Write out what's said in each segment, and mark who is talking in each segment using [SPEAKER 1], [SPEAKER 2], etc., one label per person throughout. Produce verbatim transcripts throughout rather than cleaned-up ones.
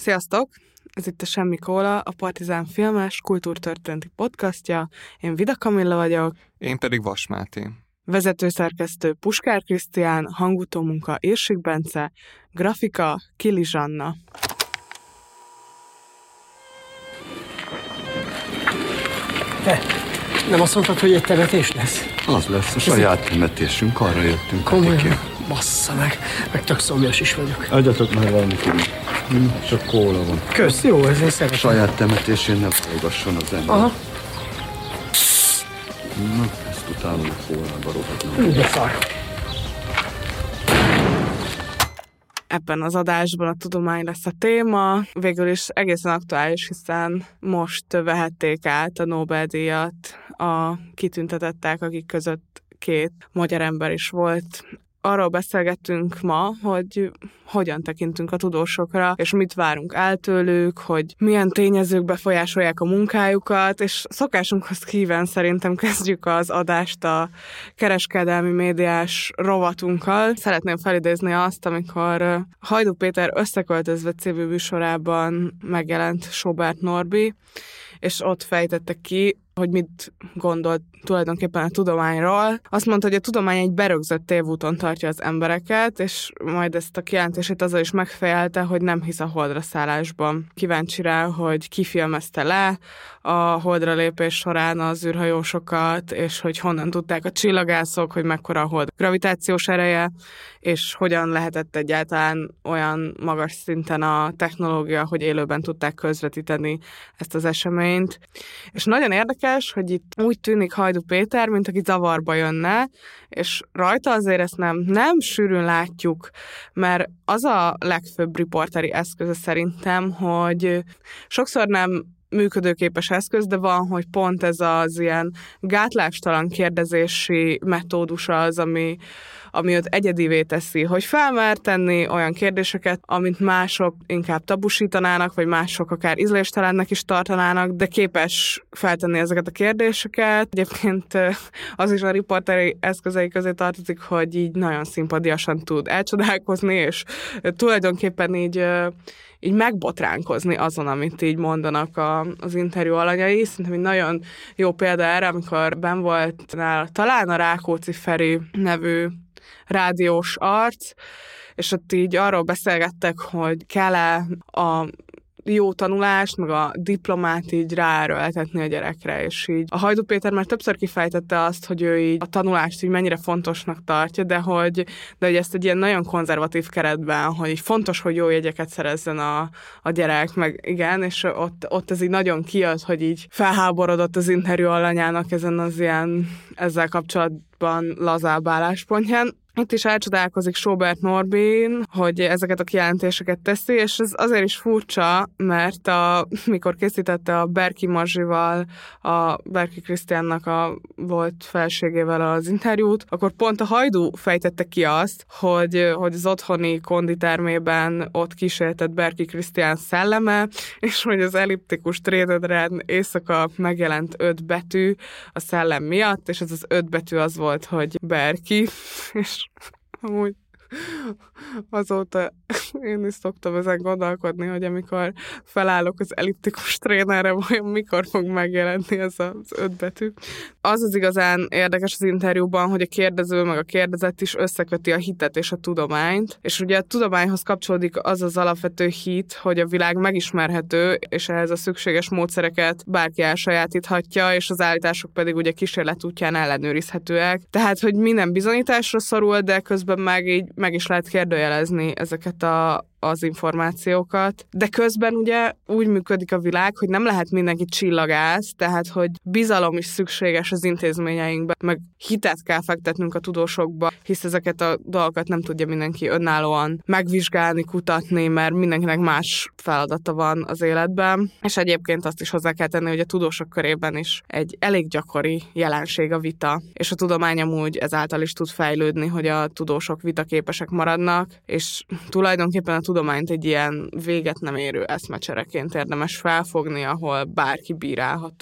[SPEAKER 1] Sziasztok! Ez itt a Semmi Kóla, a Partizán filmes, kultúrtörténeti podcastja. Én Vida Kamilla vagyok.
[SPEAKER 2] Én pedig Vas Máté.
[SPEAKER 1] Vezetőszerkesztő Puskár Krisztián, hangutómunka Irsik Bence, grafika Kili Zsanna.
[SPEAKER 3] Te, nem azt mondtad, hogy egy temetés lesz?
[SPEAKER 4] Az lesz a saját temetésünk, arra jöttünk.
[SPEAKER 3] Komolyan? Bassza meg, meg tök szomjas is vagyok.
[SPEAKER 4] Adjatok már valamit, hm, csak kóla van.
[SPEAKER 3] Kösz, jó, ez én szeretem.
[SPEAKER 4] Saját temetésén ne folygasson az ember.
[SPEAKER 3] Aha.
[SPEAKER 4] Na, ezt utána a kólába rohadnom.
[SPEAKER 3] De szar.
[SPEAKER 1] Ebben az adásban a tudomány lesz a téma. Végül is egészen aktuális, hiszen most vehették át a Nobel-díjat a kitüntetettek, akik között két magyar ember is volt. Arról beszélgettünk ma, hogy hogyan tekintünk a tudósokra, és mit várunk el tőlük, hogy milyen tényezők befolyásolják a munkájukat, és szokásunkhoz híven szerintem kezdjük az adást a kereskedelmi médiás rovatunkkal. Szeretném felidézni azt, amikor Hajdú Péter Összeköltözve című műsorában megjelent Sobert Norbi, és ott fejtette ki, hogy mit gondolt tulajdonképpen a tudományról. Azt mondta, hogy a tudomány egy berögzött tévúton tartja az embereket, és majd ezt a kijelentését azzal is megfejelte, hogy nem hisz a holdra szállásban. Kíváncsi rá, hogy ki filmezte le a holdra lépés során az űrhajósokat, és hogy honnan tudták a csillagászok, hogy mekkora a hold gravitációs ereje, és hogyan lehetett egyáltalán olyan magas szinten a technológia, hogy élőben tudták közvetíteni ezt az eseményt. És nagyon érdekes, hogy itt úgy tűnik Hajdú Péter, mint aki zavarba jönne, és rajta azért ezt nem, nem sűrűn látjuk, mert az a legfőbb riporteri eszköze szerintem, hogy sokszor nem működőképes eszköz, de van, hogy pont ez az ilyen gátlástalan kérdezési metódus az, ami, ami őt egyedivé teszi, hogy felmer tenni olyan kérdéseket, amit mások inkább tabusítanának, vagy mások akár ízléstelennek is tartanának, de képes feltenni ezeket a kérdéseket. Egyébként az is a riporteri eszközei közé tartozik, hogy így nagyon szimpadiasan tud elcsodálkozni, és tulajdonképpen így így megbotránkozni azon, amit így mondanak a, az interjú alanyai. Szerintem egy nagyon jó példa erre, amikor benn volt nála, talán a Rákóczi Feri nevű rádiós arc, és ott így arról beszélgettek, hogy kell-e a jó tanulást, meg a diplomát így ráerőltetni a gyerekre, és így a Hajdú Péter már többször kifejtette azt, hogy ő így a tanulást így mennyire fontosnak tartja, de hogy, de hogy ezt egy ilyen nagyon konzervatív keretben, hogy így fontos, hogy jó jegyeket szerezzen a, a gyerek, meg igen, és ott, ott ez így nagyon kijött, hogy így felháborodott az interjú alanyának ezen az ilyen, ezzel kapcsolatban lazább álláspontján. Itt is elcsodálkozik Sobert Norbin, hogy ezeket a kijelentéseket teszi, és ez azért is furcsa, mert a, mikor készítette a Berki Mazsival, a Berki Krisztiánnak a volt felségével az interjút, akkor pont a Hajdú fejtette ki azt, hogy, hogy az otthoni konditermében ott kísértett Berki Krisztián szelleme, és hogy az elliptikus trédedren éjszaka megjelent öt betű a szellem miatt, és ez az öt betű az volt, hogy Berki, és amúgy azóta én is szoktam ezen gondolkodni, hogy amikor felállok az elliptikus trénerre, vajon mikor fog megjelenni ez az öt betű. Az az igazán érdekes az interjúban, hogy a kérdező meg a kérdezett is összeköti a hitet és a tudományt, és ugye a tudományhoz kapcsolódik az az alapvető hit, hogy a világ megismerhető, és ehhez a szükséges módszereket bárki elsajátíthatja, és az állítások pedig ugye kísérlet útján ellenőrizhetőek. Tehát, hogy minden bizonyításra szorul, de közben meg így meg is lehet kérdőjelezni ezeket a, az információkat. De közben ugye úgy működik a világ, hogy nem lehet mindenki csillagász, tehát hogy bizalom is szükséges az intézményeinkben, meg hitet kell fektetnünk a tudósokba, hisz ezeket a dolgokat nem tudja mindenki önállóan megvizsgálni, kutatni, mert mindenkinek más feladata van az életben. És egyébként azt is hozzá kell tenni, hogy a tudósok körében is egy elég gyakori jelenség a vita, és a tudomány amúgy ezáltal is tud fejlődni, hogy a tudósok vitaképesek maradnak, és tulajdonképpen a tudományt egy ilyen véget nem érő eszmecsereként érdemes felfogni, ahol bárki bírálható.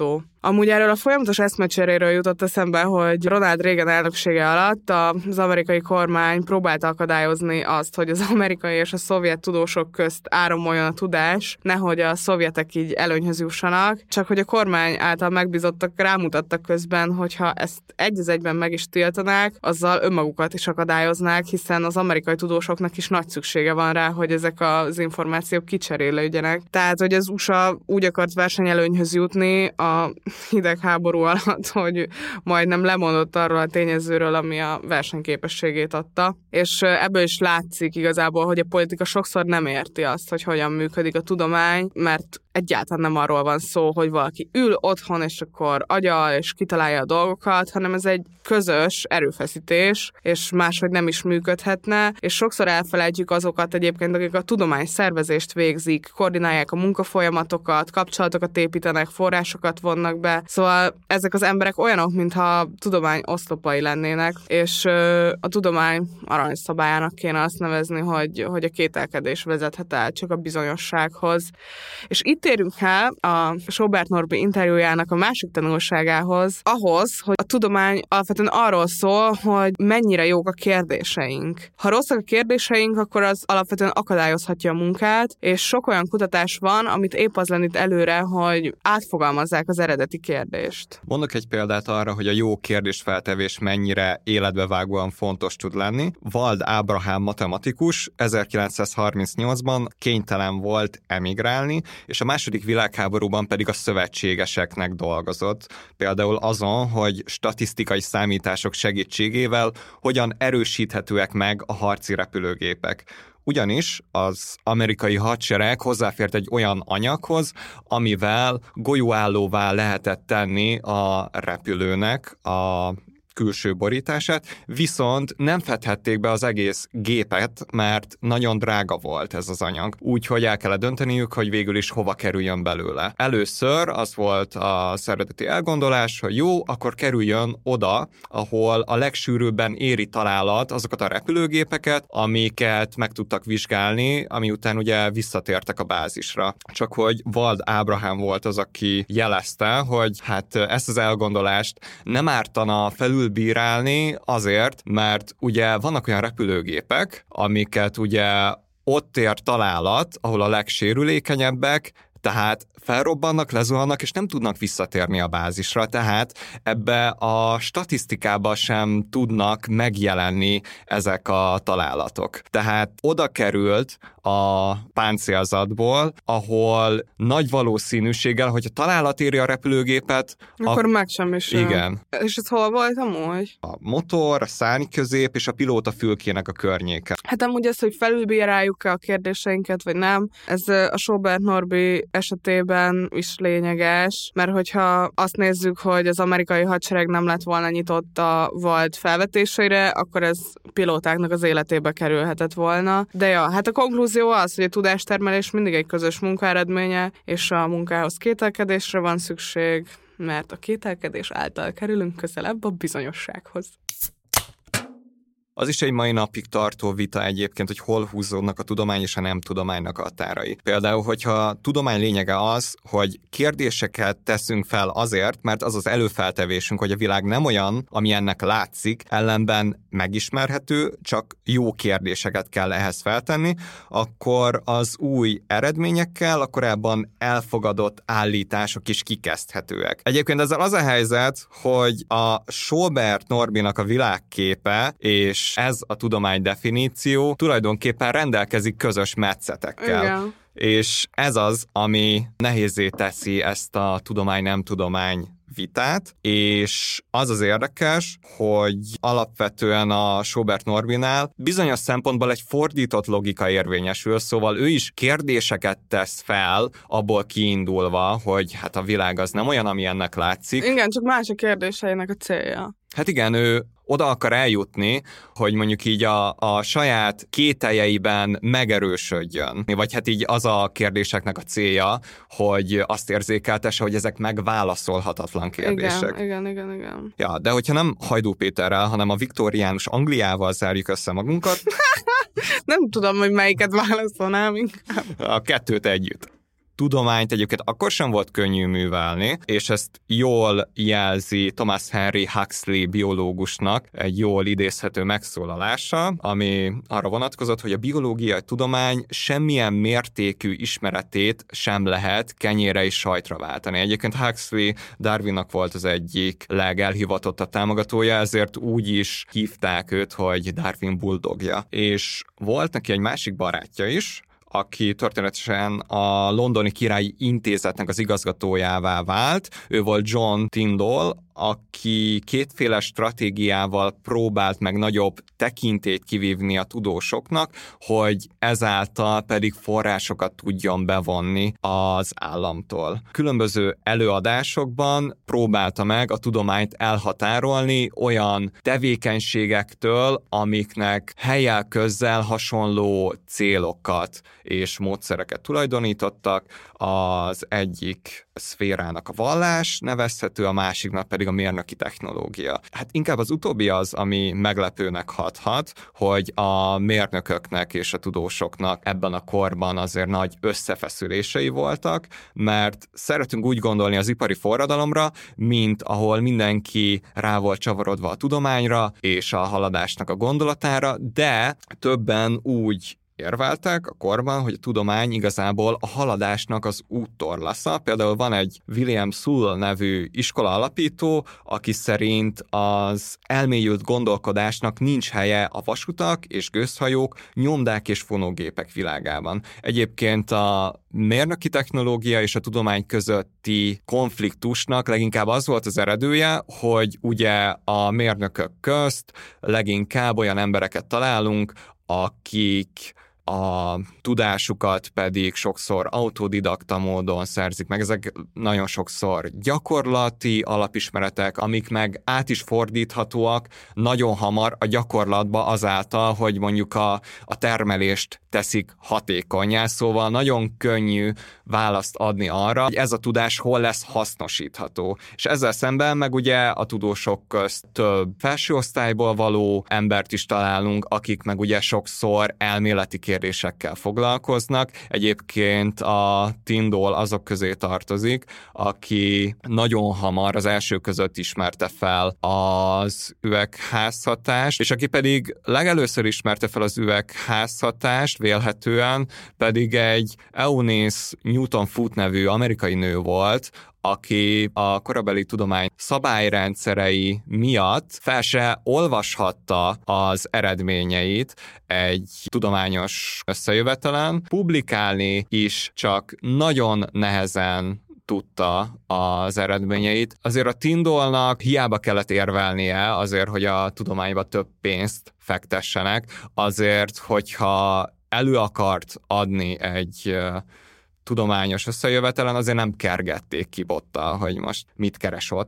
[SPEAKER 1] Amúgy erről a folyamatos eszmecseréről jutott eszembe, hogy Ronald Reagan elnöksége alatt az amerikai kormány próbálta akadályozni azt, hogy az amerikai és a szovjet tudósok közt áramoljon a tudás, nehogy a szovjetek így előnyhöz jussanak, csak hogy a kormány által megbízottak rámutattak közben, hogyha ezt egy az egyben meg is tiltanák, azzal önmagukat is akadályoznák, hiszen az amerikai tudósoknak is nagy szüksége van rá, hogy ezek az információk kicserélődjenek. Tehát, hogy az u es á úgy akart versenyelőnyhöz jutni a hidegháború alatt, hogy majdnem lemondott arról a tényezőről, ami a versenyképességét adta. És ebből is látszik igazából, hogy a politika sokszor nem érti azt, hogy hogyan működik a tudomány, mert egyáltalán nem arról van szó, hogy valaki ül otthon, és akkor agyal, és kitalálja a dolgokat, hanem ez egy közös erőfeszítés, és máshogy nem is működhetne, és sokszor elfelejtjük azokat egyébként, akik a tudomány szervezést végzik, koordinálják a munkafolyamatokat, kapcsolatokat építenek, forrásokat vonnak be. Szóval ezek az emberek olyanok, mintha a tudomány oszlopai lennének, és ö, a tudomány aranyszabályának kéne azt nevezni, hogy, hogy a kételkedés vezethet el csak a bizonyossághoz. És itt térünk el a Sobert Norbi interjújának a másik tanulságához, ahhoz, hogy a tudomány alapvetően arról szól, hogy mennyire jók a kérdéseink. Ha rosszak a kérdéseink, akkor az alapvetően akadályozhatja a munkát, és sok olyan kutatás van, amit épp az lendít előre, hogy átfogalmazzák az eredeti kérdést.
[SPEAKER 2] Mondok egy példát arra, hogy a jó kérdésfeltevés mennyire életbevágóan fontos tud lenni. Wald Ábrahám matematikus ezerkilencszázharmincnyolcban kénytelen volt emigrálni, és a második világháborúban pedig a szövetségeseknek dolgozott. Például azon, hogy statisztikai számítások segítségével hogyan erősíthetőek meg a harci repülőgépek. Ugyanis az amerikai hadsereg hozzáfért egy olyan anyaghoz, amivel golyóállóvá lehetett tenni a repülőnek a külső borítását, viszont nem fedhették be az egész gépet, mert nagyon drága volt ez az anyag. Úgyhogy el kellett dönteniük, hogy végül is hova kerüljön belőle. Először az volt az eredeti elgondolás, hogy jó, akkor kerüljön oda, ahol a legsűrűbben éri találat azokat a repülőgépeket, amiket meg tudtak vizsgálni, ami után ugye visszatértek a bázisra. Csak hogy Wald Ábrahám volt az, aki jelezte, hogy hát ezt az elgondolást nem ártana felül bírálni azért, mert ugye vannak olyan repülőgépek, amiket ugye ott ér találat, ahol a legsérülékenyebbek, tehát felrobbannak, lezuhannak, és nem tudnak visszatérni a bázisra, tehát ebbe a statisztikába sem tudnak megjelenni ezek a találatok. Tehát oda került a páncélzatból, ahol nagy valószínűséggel, hogyha találat éri a repülőgépet...
[SPEAKER 1] Akkor
[SPEAKER 2] a...
[SPEAKER 1] megsemmisül.
[SPEAKER 2] Igen.
[SPEAKER 1] És ez hol volt amúgy?
[SPEAKER 2] A motor, a szárnyközép és a pilóta fülkének a környéke.
[SPEAKER 1] Hát amúgy az, hogy felülbíráljuk-e a kérdéseinket, vagy nem, ez a Sobert Norbi esetében is lényeges, mert hogyha azt nézzük, hogy az amerikai hadsereg nem lett volna nyitott a Wald felvetéseire, akkor ez pilótáknak az életébe kerülhetett volna. De ja, hát a konklúzió az, hogy a tudástermelés mindig egy közös munka eredménye, és a munkához kételkedésre van szükség, mert a kételkedés által kerülünk közelebb a bizonyossághoz.
[SPEAKER 2] Az is egy mai napig tartó vita egyébként, hogy hol húzódnak a tudomány és a nem tudománynak a határai. Például, hogyha a tudomány lényege az, hogy kérdéseket teszünk fel azért, mert az az előfeltevésünk, hogy a világ nem olyan, ami ennek látszik, ellenben megismerhető, csak jó kérdéseket kell ehhez feltenni, akkor az új eredményekkel a korábban elfogadott állítások is kikezdhetőek. Egyébként ezzel az a helyzet, hogy a Sobert Norbinak a világképe és ez a tudomány definíció tulajdonképpen rendelkezik közös metszetekkel.
[SPEAKER 1] Igen.
[SPEAKER 2] És ez az, ami nehézzé teszi ezt a tudomány-nem tudomány vitát, és az az érdekes, hogy alapvetően a Sobert Norbinál bizonyos szempontból egy fordított logika érvényesül, szóval ő is kérdéseket tesz fel, abból kiindulva, hogy hát a világ az nem olyan, ami ennek látszik.
[SPEAKER 1] Igen, csak más a kérdéseinek a célja.
[SPEAKER 2] Hát igen, ő oda akar eljutni, hogy mondjuk így a, a saját kételjeiben megerősödjön. Vagy hát így az a kérdéseknek a célja, hogy azt érzékeltesse, hogy ezek megválaszolhatatlan kérdések.
[SPEAKER 1] Igen, igen, igen, igen.
[SPEAKER 2] Ja, de hogyha nem Hajdú Péterrel, hanem a viktóriánus Angliával zárjuk össze magunkat.
[SPEAKER 1] Nem tudom, hogy melyiket válaszolnám inkább.
[SPEAKER 2] A kettőt együtt. tudományt egyébként akkor sem volt könnyű művelni, és ezt jól jelzi Thomas Henry Huxley biológusnak egy jól idézhető megszólalása, ami arra vonatkozott, hogy a biológiai tudomány semmilyen mértékű ismeretét sem lehet kenyére és sajtra váltani. Egyébként Huxley Darwinnak volt az egyik legelhivatottabb támogatója, ezért úgy is hívták őt, hogy Darwin bulldogja. És volt neki egy másik barátja is, aki történetesen a Londoni Királyi Intézetnek az igazgatójává vált. Ő volt John Tyndall, aki kétféle stratégiával próbált meg nagyobb tekintélyt kivívni a tudósoknak, hogy ezáltal pedig forrásokat tudjon bevonni az államtól. Különböző előadásokban próbálta meg a tudományt elhatárolni olyan tevékenységektől, amiknek helyel közzel hasonló célokat és módszereket tulajdonítottak. Az egyik szférának a vallás nevezhető, a másiknak pedig a mérnöki technológia. Hát inkább az utóbbi az, ami meglepőnek hathat, hogy a mérnököknek és a tudósoknak ebben a korban azért nagy összefeszülései voltak, mert szeretünk úgy gondolni az ipari forradalomra, mint ahol mindenki rá volt csavarodva a tudományra és a haladásnak a gondolatára, de többen úgy érveltek a korban, hogy a tudomány igazából a haladásnak az úttorlasza. Például van egy William Sewell nevű iskola alapító, aki szerint az elmélyült gondolkodásnak nincs helye a vasutak és gőzhajók, nyomdák és fonógépek világában. Egyébként a mérnöki technológia és a tudomány közötti konfliktusnak leginkább az volt az eredője, hogy ugye a mérnökök közt leginkább olyan embereket találunk, akik a tudásukat pedig sokszor autodidakta módon szerzik meg. Ezek nagyon sokszor gyakorlati alapismeretek, amik meg át is fordíthatóak nagyon hamar a gyakorlatba azáltal, hogy mondjuk a, a termelést teszik hatékonnyá, szóval nagyon könnyű választ adni arra, hogy ez a tudás hol lesz hasznosítható. És ezzel szemben meg ugye a tudósok közt több felső osztályból való embert is találunk, akik meg ugye sokszor elméleti kérdésekkel foglalkoznak. Egyébként a Tyndall azok közé tartozik, aki nagyon hamar az első között ismerte fel az üvegházhatást, és aki pedig legelőször ismerte fel az üvegházhatást, vélhetően pedig egy Eunice Newton Foote nevű amerikai nő volt, aki a korabeli tudomány szabályrendszerei miatt fel se olvashatta az eredményeit egy tudományos összejövetelen. Publikálni is csak nagyon nehezen tudta az eredményeit. Azért a Tyndallnak hiába kellett érvelnie azért, hogy a tudományba több pénzt fektessenek, azért, hogyha elő akart adni egy tudományos összejövetelen, azért nem kergették ki bottal, hogy most mit keres ott.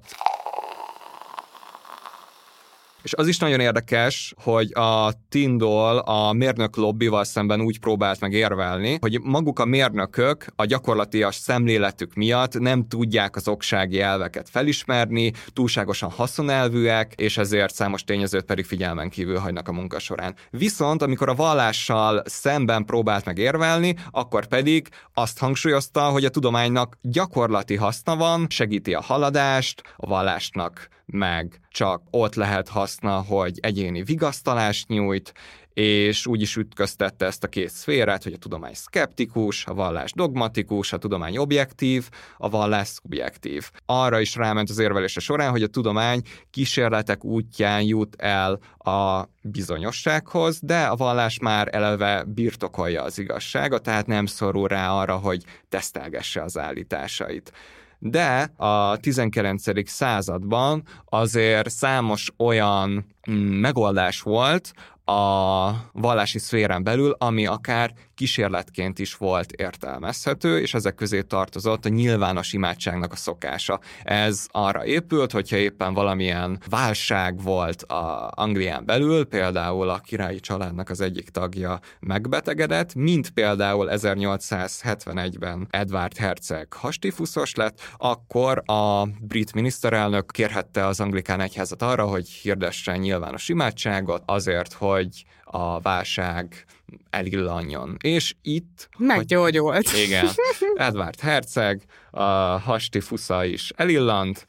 [SPEAKER 2] És az is nagyon érdekes, hogy a Tyndall a mérnök lobbival szemben úgy próbált meg érvelni, hogy maguk a mérnökök a gyakorlatias szemléletük miatt nem tudják az oksági elveket felismerni, túlságosan haszonelvűek, és ezért számos tényezőt pedig figyelmen kívül hagynak a munka során. Viszont amikor a vallással szemben próbált meg érvelni, akkor pedig azt hangsúlyozta, hogy a tudománynak gyakorlati haszna van, segíti a haladást, a vallásnak meg csak ott lehet haszna, hogy egyéni vigasztalást nyújt, és úgy is ütköztette ezt a két szférát, hogy a tudomány szkeptikus, a vallás dogmatikus, a tudomány objektív, a vallás szubjektív. Arra is ráment az érvelése során, hogy a tudomány kísérletek útján jut el a bizonyossághoz, de a vallás már eleve birtokolja az igazságot, tehát nem szorul rá arra, hogy tesztelgesse az állításait. De a tizenkilencedik században azért számos olyan megoldás volt a vallási szférán belül, ami akár kísérletként is volt értelmezhető, és ezek közé tartozott a nyilvános imádságnak a szokása. Ez arra épült, hogyha éppen valamilyen válság volt a Anglián belül, például a királyi családnak az egyik tagja megbetegedett, mint például ezernyolcszázhetvenegyben Edward herceg hastífuszos lett, akkor a brit miniszterelnök kérhette az anglikán egyházat arra, hogy hirdessen nyilvános imádságot azért, hogy a válság elillanjon. És itt...
[SPEAKER 1] Meggyógyult.
[SPEAKER 2] Hogy, igen. Edward herceg, a hastifusza is elillant,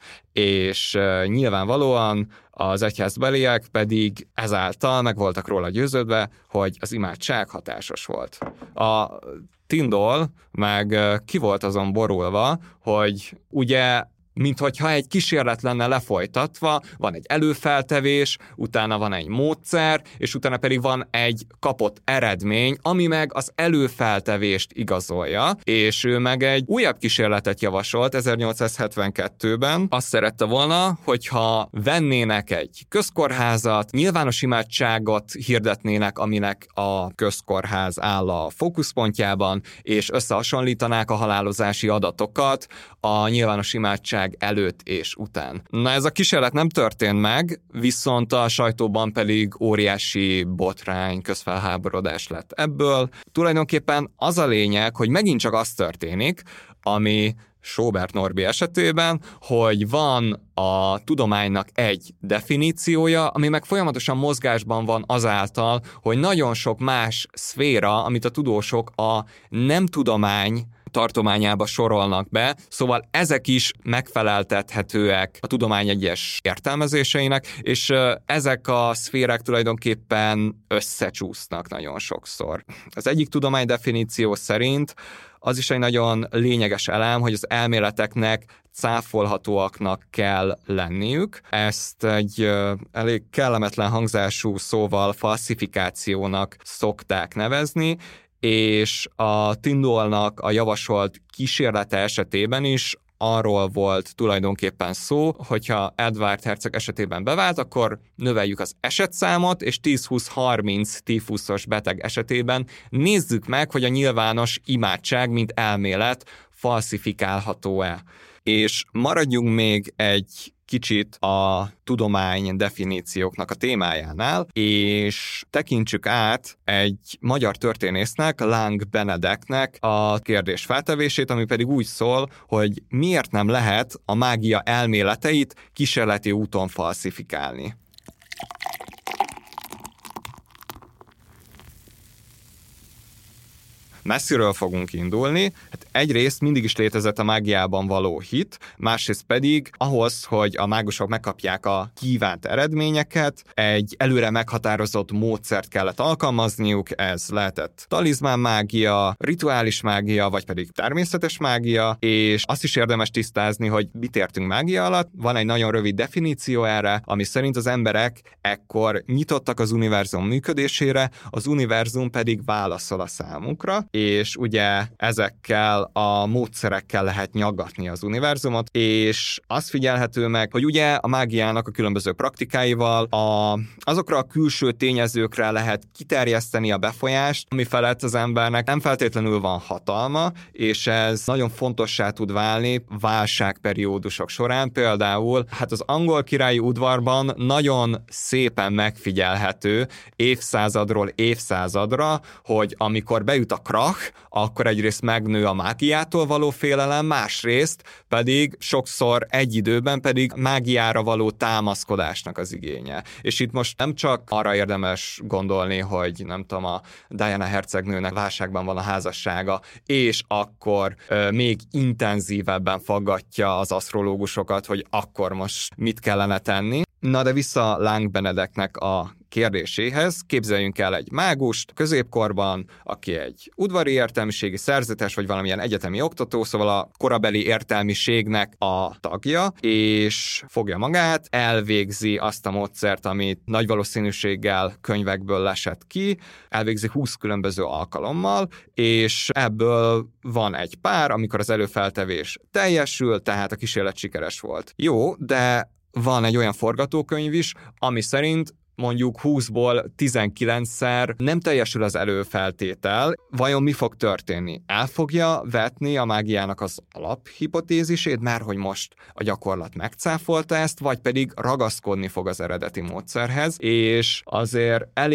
[SPEAKER 2] és uh, nyilvánvalóan az egyházbeliek pedig ezáltal meg voltak róla győződve, hogy az imádság hatásos volt. A Tindall meg uh, ki volt azon borulva, hogy ugye minthogyha egy kísérlet lenne lefolytatva, van egy előfeltevés, utána van egy módszer, és utána pedig van egy kapott eredmény, ami meg az előfeltevést igazolja, és ő meg egy újabb kísérletet javasolt ezernyolcszázhetvenkettőben. Azt szerette volna, hogyha vennének egy közkórházat, nyilvános imádságot hirdetnének, aminek a közkórház áll a fókuszpontjában, és összehasonlítanák a halálozási adatokat a nyilvános imádság előtt és után. Na, ez a kísérlet nem történt meg, viszont a sajtóban pedig óriási botrány, közfelháborodás lett ebből. Tulajdonképpen az a lényeg, hogy megint csak az történik, ami Schobert Norbi esetében, hogy van a tudománynak egy definíciója, ami meg folyamatosan mozgásban van azáltal, hogy nagyon sok más szféra, amit a tudósok a nem tudomány tartományába sorolnak be, szóval ezek is megfeleltethetőek a tudomány egyes értelmezéseinek, és ezek a szférák tulajdonképpen összecsúsznak nagyon sokszor. Az egyik tudomány definíció szerint az is egy nagyon lényeges elem, hogy az elméleteknek cáfolhatóaknak kell lenniük. Ezt egy uh, elég kellemetlen hangzású szóval falsifikációnak szokták nevezni, és a Tindallnak a javasolt kísérlete esetében is arról volt tulajdonképpen szó, hogyha Edward herceg esetében bevált, akkor növeljük az esetszámot, és tíz-húsz-harminc tífuszos beteg esetében nézzük meg, hogy a nyilvános imádság, mint elmélet falsifikálható-e. És maradjunk még egy kicsit a tudomány definícióknak a témájánál, és tekintsük át egy magyar történésznek, Lang Benedeknek a kérdés feltevését, ami pedig úgy szól, hogy miért nem lehet a mágia elméleteit kísérleti úton falsifikálni. Messziről fogunk indulni. Hát egyrészt mindig is létezett a mágiában való hit, másrészt pedig ahhoz, hogy a mágusok megkapják a kívánt eredményeket, egy előre meghatározott módszert kellett alkalmazniuk, ez lehetett talizmán mágia, rituális mágia, vagy pedig természetes mágia, és azt is érdemes tisztázni, hogy mit értünk mágia alatt. Van egy nagyon rövid definíció erre, ami szerint az emberek ekkor nyitottak az univerzum működésére, az univerzum pedig válaszol a számukra, és ugye ezekkel a módszerekkel lehet nyaggatni az univerzumot, és az figyelhető meg, hogy ugye a mágiának a különböző praktikáival a, azokra a külső tényezőkre lehet kiterjeszteni a befolyást, ami felett az embernek nem feltétlenül van hatalma, és ez nagyon fontossá tud válni válságperiódusok során. Például hát az angol királyi udvarban nagyon szépen megfigyelhető évszázadról évszázadra, hogy amikor beüt a krach, akkor egyrészt megnő a mágiától való félelem, másrészt pedig sokszor egy időben pedig mágiára való támaszkodásnak az igénye. És itt most nem csak arra érdemes gondolni, hogy nem tudom, a Diana hercegnőnek válságban van a házassága, és akkor euh, még intenzívebben faggatja az asztrológusokat, hogy akkor most mit kellene tenni. Na de vissza Lang Benedeknek a kérdéséhez. Képzeljünk el egy mágust középkorban, aki egy udvari értelmiségi szerzetes, vagy valamilyen egyetemi oktató, szóval a korabeli értelmiségnek a tagja, és fogja magát, elvégzi azt a módszert, amit nagy valószínűséggel könyvekből lesett ki, elvégzi húsz különböző alkalommal, és ebből van egy pár, amikor az előfeltevés teljesül, tehát a kísérlet sikeres volt. Jó, de van egy olyan forgatókönyv is, ami szerint mondjuk húszból tizenkilencszer nem teljesül az előfeltétel, vajon mi fog történni? El fogja vetni a mágiának az alaphipotézisét, mert hogy most a gyakorlat megcáfolta ezt, vagy pedig ragaszkodni fog az eredeti módszerhez, és azért elég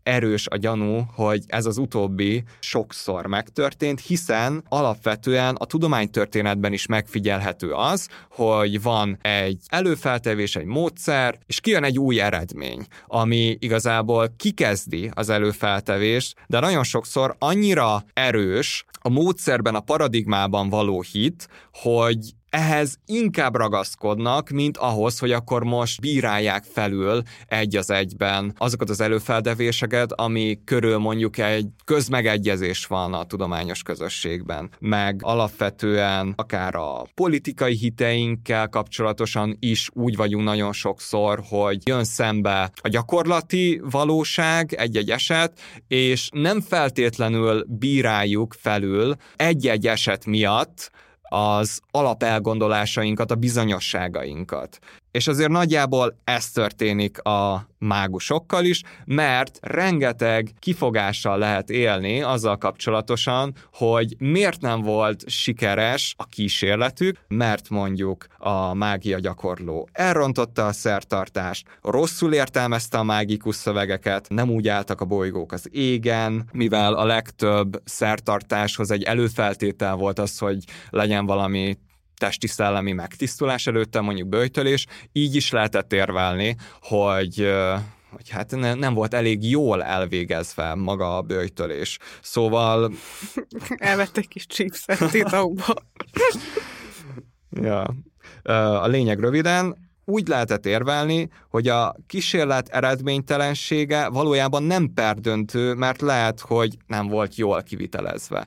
[SPEAKER 2] erős a gyanú, hogy ez az utóbbi sokszor megtörtént, hiszen alapvetően a tudománytörténetben is megfigyelhető az, hogy van egy előfeltevés, egy módszer, és kijön egy új eredmény, ami igazából kikezdi az előfeltevést, de nagyon sokszor annyira erős a módszerben, a paradigmában való hit, hogy ehhez inkább ragaszkodnak, mint ahhoz, hogy akkor most bírálják felül egy az egyben azokat az előfeltevéseket, ami körül mondjuk egy közmegegyezés van a tudományos közösségben. Meg alapvetően akár a politikai hiteinkkel kapcsolatosan is úgy vagyunk nagyon sokszor, hogy jön szembe a gyakorlati valóság, egy-egy eset, és nem feltétlenül bíráljuk felül egy-egy eset miatt az alapelgondolásainkat, a bizonyosságainkat. És azért nagyjából ez történik a mágusokkal is, mert rengeteg kifogással lehet élni azzal kapcsolatosan, hogy miért nem volt sikeres a kísérletük, mert mondjuk a mágia gyakorló elrontotta a szertartást, rosszul értelmezte a mágikus szövegeket, nem úgy álltak a bolygók az égen, mivel a legtöbb szertartáshoz egy előfeltétel volt az, hogy legyen valami testi-szellemi megtisztulás előtte, mondjuk böjtölés, így is lehetett érvelni, hogy, hogy hát ne, nem volt elég jól elvégezve maga a böjtölés. Szóval...
[SPEAKER 1] Elvett egy kis chipset titokba.
[SPEAKER 2] Ja. A lényeg röviden, úgy lehetett érvelni, hogy a kísérlet eredménytelensége valójában nem perdöntő, mert lehet, hogy nem volt jól kivitelezve.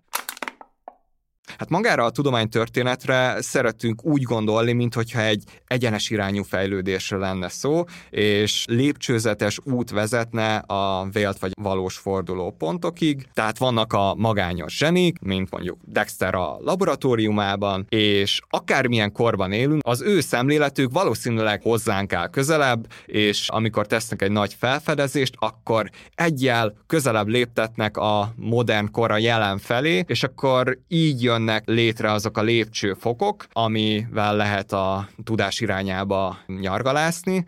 [SPEAKER 2] Hát magára a tudománytörténetre szeretünk úgy gondolni, minthogyha egy egyenes irányú fejlődésre lenne szó, és lépcsőzetes út vezetne a vélt vagy valós fordulópontokig. Tehát vannak a magányos zsenik, mint mondjuk Dexter a laboratóriumában, és akármilyen korban élünk, az ő szemléletük valószínűleg hozzánk áll közelebb, és amikor tesznek egy nagy felfedezést, akkor egyel közelebb léptetnek a modern kor a jelen felé, és akkor így jön létre azok a lépcsőfokok, amivel lehet a tudás irányába nyargalászni,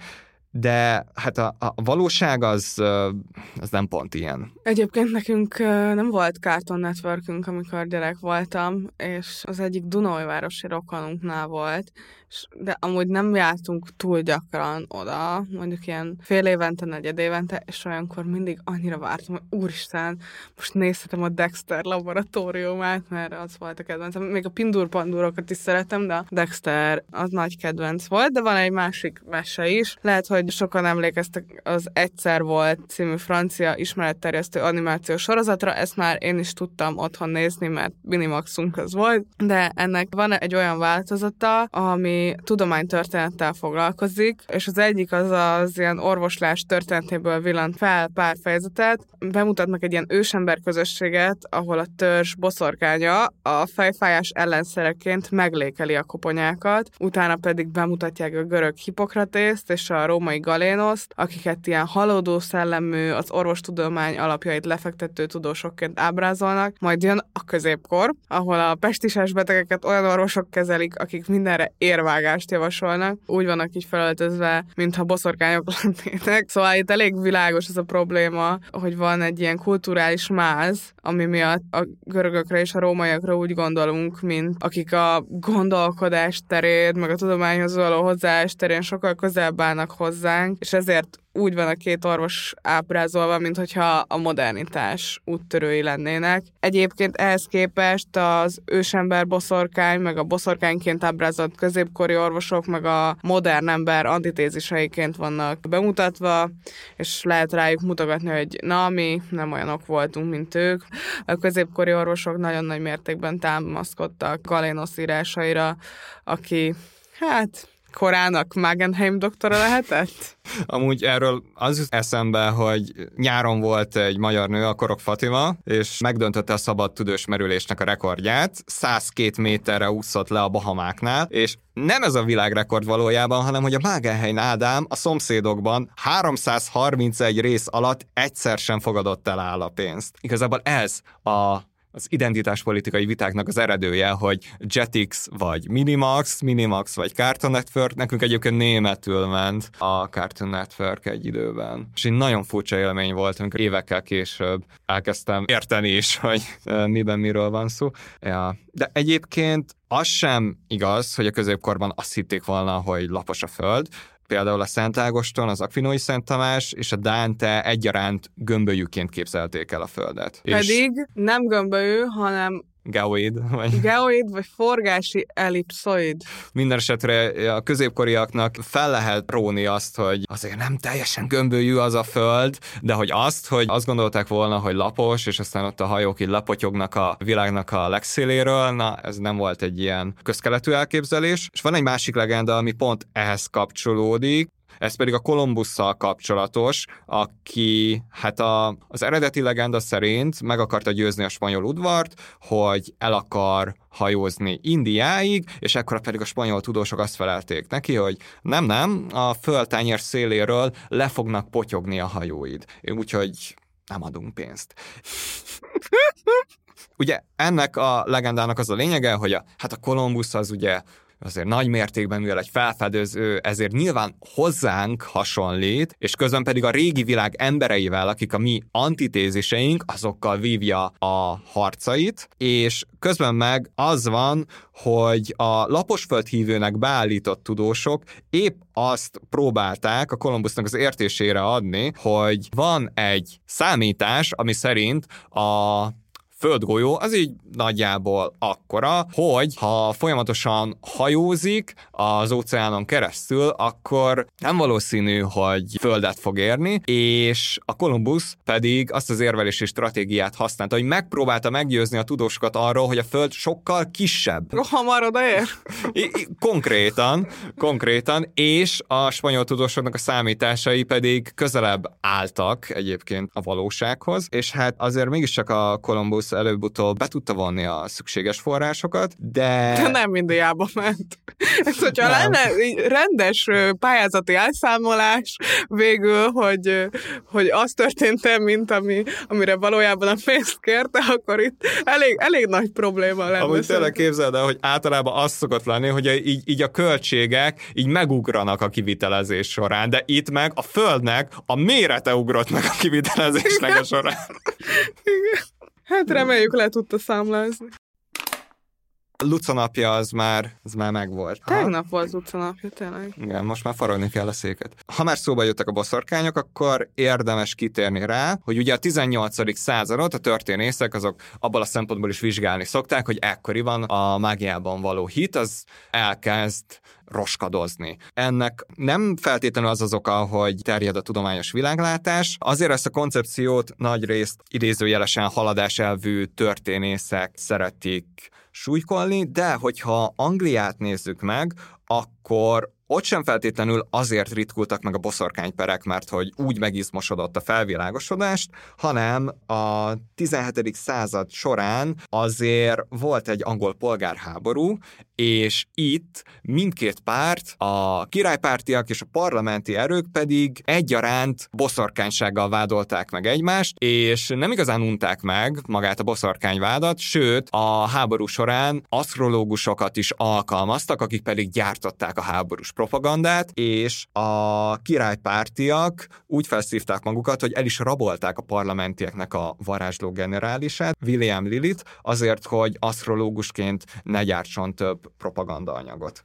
[SPEAKER 2] de hát a, a valóság az, az nem pont ilyen.
[SPEAKER 1] Egyébként nekünk nem volt Cartoon Networkünk, amikor gyerek voltam, és az egyik Dunaújvárosi rokonunknál volt, de amúgy nem jártunk túl gyakran oda, mondjuk ilyen fél évente, negyed évente, és olyankor mindig annyira vártam, hogy úristen, most nézhetem a Dexter laboratóriumát, mert az volt a kedvencem. Még a Pindur-pandúrokat is szeretem, de a Dexter az nagy kedvenc volt, de van egy másik mese is. Lehet, hogy sokan emlékeztek az Egyszer volt című francia ismeretterjesztő animációs sorozatra, ezt már én is tudtam otthon nézni, mert Minimaxunk az volt, de ennek van egy olyan változata, ami tudománytörténettel foglalkozik, és az egyik az az ilyen orvoslás történetéből villant fel pár fejezetet. Bemutatnak egy ilyen ősember közösséget, ahol a törzs boszorkánya a fejfájás ellenszereként meglékeli a koponyákat, utána pedig bemutatják a görög Hippokratészt és a római Galénoszt, akiket ilyen halódó szellemű, az orvostudomány alapjait lefektető tudósokként ábrázolnak, majd jön a középkor, ahol a pestisás betegeket olyan orvosok kezelik, akik mindenre érvágást javasolnak. Úgy vannak így felöltözve, mintha boszorkányok lennének. Szóval itt elég világos ez a probléma, hogy van egy ilyen kulturális máz, ami miatt a görögökre és a rómaiakra úgy gondolunk, mint akik a gondolkodás terén, meg a tudományhoz való hozzáállás terén sokkal közelebb állnak hozzánk, és ezért úgy van a két orvos ábrázolva, mint hogyha a modernitás úttörői lennének. Egyébként ehhez képest az ősember boszorkány, meg a boszorkányként ábrázolt középkori orvosok, meg a modern ember antitéziseiként vannak bemutatva, és lehet rájuk mutogatni, hogy na, mi nem olyanok voltunk, mint ők. A középkori orvosok nagyon nagy mértékben támaszkodtak Galénosz írásaira, aki, hát... korának Magenheim doktora lehetett?
[SPEAKER 2] Amúgy erről az jut eszembe, hogy nyáron volt egy magyar nő, a Korok Fatima, és megdöntötte a szabad tüdős merülésnek a rekordját, száz két méterre úszott le a Bahamáknál, és nem ez a világrekord valójában, hanem hogy a Magenheim Ádám a szomszédokban háromszázharmincegy rész alatt egyszer sem fogadott el állapénzt. Igazából ez a az identitáspolitikai vitáknak az eredője, hogy Jetix vagy Minimax, Minimax vagy Cartoon Network, nekünk egyébként németül ment a Cartoon Network egy időben. És egy nagyon furcsa élmény volt, amikor évekkel később elkezdtem érteni is, hogy miben miről van szó. Ja. De egyébként az sem igaz, hogy a középkorban azt hitték volna, hogy lapos a föld. Például a Szent Ágoston, az Akvinói Szent Tamás és a Dante egyaránt gömbölyűként képzelték el a földet.
[SPEAKER 1] Pedig és nem gömbölyű, hanem
[SPEAKER 2] geoid, vagy...
[SPEAKER 1] geoid, vagy forgási ellipszoid.
[SPEAKER 2] Minden esetre a középkoriaknak fel lehet róni azt, hogy azért nem teljesen gömbölyű az a föld, de hogy azt, hogy azt gondolták volna, hogy lapos, és aztán ott a hajók így lepotyognak a világnak a legszéléről, na ez nem volt egy ilyen közkeletű elképzelés. És van egy másik legenda, ami pont ehhez kapcsolódik, ez pedig a Kolumbusszal kapcsolatos, aki hát a, az eredeti legenda szerint meg akarta győzni a spanyol udvart, hogy el akar hajózni Indiáig, és ekkor pedig a spanyol tudósok azt felelték neki, hogy nem, nem, a földtányér széléről le fognak potyogni a hajóid. Úgyhogy nem adunk pénzt. Ugye ennek a legendának az a lényege, hogy a, hát a Kolumbusz az ugye azért nagy mértékben, mivel egy felfedező, ezért nyilván hozzánk hasonlít, és közben pedig a régi világ embereivel, akik a mi antitéziseink, azokkal vívja a harcait, és közben meg az van, hogy a laposföld hívőnek beállított tudósok épp azt próbálták a Kolumbusznak az értésére adni, hogy van egy számítás, ami szerint a földgolyó az így nagyjából akkora, hogy ha folyamatosan hajózik az óceánon keresztül, akkor nem valószínű, hogy földet fog érni, és a Kolumbusz pedig azt az érvelési stratégiát használta, hogy megpróbálta meggyőzni a tudósokat arról, hogy a föld sokkal kisebb.
[SPEAKER 1] Hamar odaér?
[SPEAKER 2] Konkrétan, konkrétan, és a spanyol tudósoknak a számításai pedig közelebb álltak egyébként a valósághoz, és hát azért mégiscsak a Kolumbusz előbb-utóbb be tudta vonni a szükséges forrásokat, de...
[SPEAKER 1] De nem Indiába ment. Ez, hogyha nem. lenne rendes pályázati elszámolás végül, hogy, hogy az történt, mint ami, amire valójában a pénzt kérte, akkor itt elég, elég nagy probléma lenne.
[SPEAKER 2] Amúgy tényleg képzeld el, hogy általában az szokott lenni, hogy így, így a költségek így megugranak a kivitelezés során, de itt meg a földnek a mérete ugrott meg a kivitelezésnek a során.
[SPEAKER 1] Igen. Hát reméljük le tudta számlázni.
[SPEAKER 2] Luca napja az már, az már megvolt.
[SPEAKER 1] Tegnap volt Luca napja, tényleg.
[SPEAKER 2] Igen, most már faragni kell a széket. Ha már szóba jöttek a boszorkányok, akkor érdemes kitérni rá, hogy ugye a tizennyolcadik századot a történészek azok abban a szempontból is vizsgálni szokták, hogy ekkoriban a mágiában való hit az elkezd roskadozni. Ennek nem feltétlenül az az oka, hogy terjed a tudományos világlátás, azért ezt a koncepciót nagyrészt idézőjelesen haladáselvű történészek szeretik súlykolni, de hogyha Angliát nézzük meg, akkor ott sem feltétlenül azért ritkultak meg a boszorkányperek, mert hogy úgy megizmosodott a felvilágosodást, hanem a tizenhetedik század során azért volt egy angol polgárháború, és itt mindkét párt, a királypártiak és a parlamenti erők pedig egyaránt boszorkánysággal vádolták meg egymást, és nem igazán unták meg magát a boszorkányvádat, sőt, a háború során asztrológusokat is alkalmaztak, akik pedig gyártották a háborús propagandát, és a királypártiak úgy felszívták magukat, hogy el is rabolták a parlamentieknek a varázsló generálisát, William Lillyt, azért, hogy asztrológusként ne gyártson több propagandaanyagot.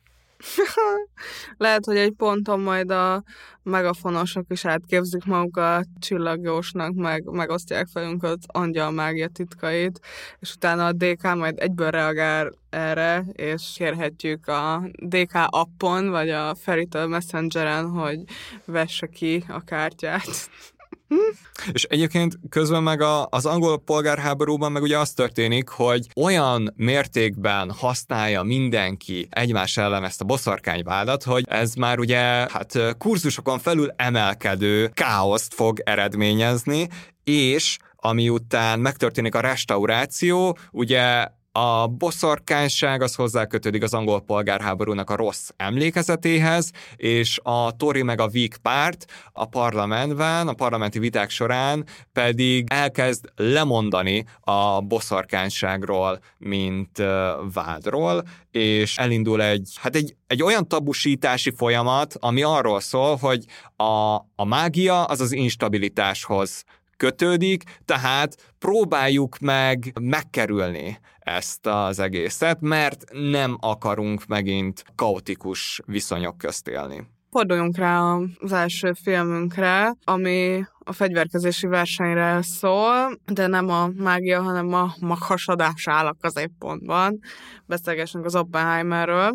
[SPEAKER 1] Lehet, hogy egy ponton majd a megafonosok is átképzik magukat csillagjósnak, meg megosztják velünk az angyal mágia titkait, és utána a dé ká majd egyből reagál erre, és kérhetjük a dé ká appon, vagy a Feritől Messengeren, hogy vesse ki a kártyát.
[SPEAKER 2] És egyébként közben meg a, az angol polgárháborúban meg ugye az történik, hogy olyan mértékben használja mindenki egymás ellen ezt a boszorkányvádat, hogy ez már ugye hát kurzusokon felül emelkedő káoszt fog eredményezni, és ami után megtörténik a restauráció, ugye A boszorkányság az hozzákötődik az angol polgárháborúnak a rossz emlékezetéhez, és a Tory meg a Whig párt a parlamentben, a parlamenti viták során pedig elkezd lemondani a boszorkányságról, mint vádról, és elindul egy, hát egy, egy olyan tabusítási folyamat, ami arról szól, hogy a, a mágia az az instabilitáshoz kötődik, tehát próbáljuk meg megkerülni ezt az egészet, mert nem akarunk megint kaotikus viszonyok közt élni.
[SPEAKER 1] Forduljunk rá az első filmünkre, ami a fegyverkezési versenyre szól, de nem a mágia, hanem a maghasadás áll a középpontban. Beszélgessünk az Oppenheimerről.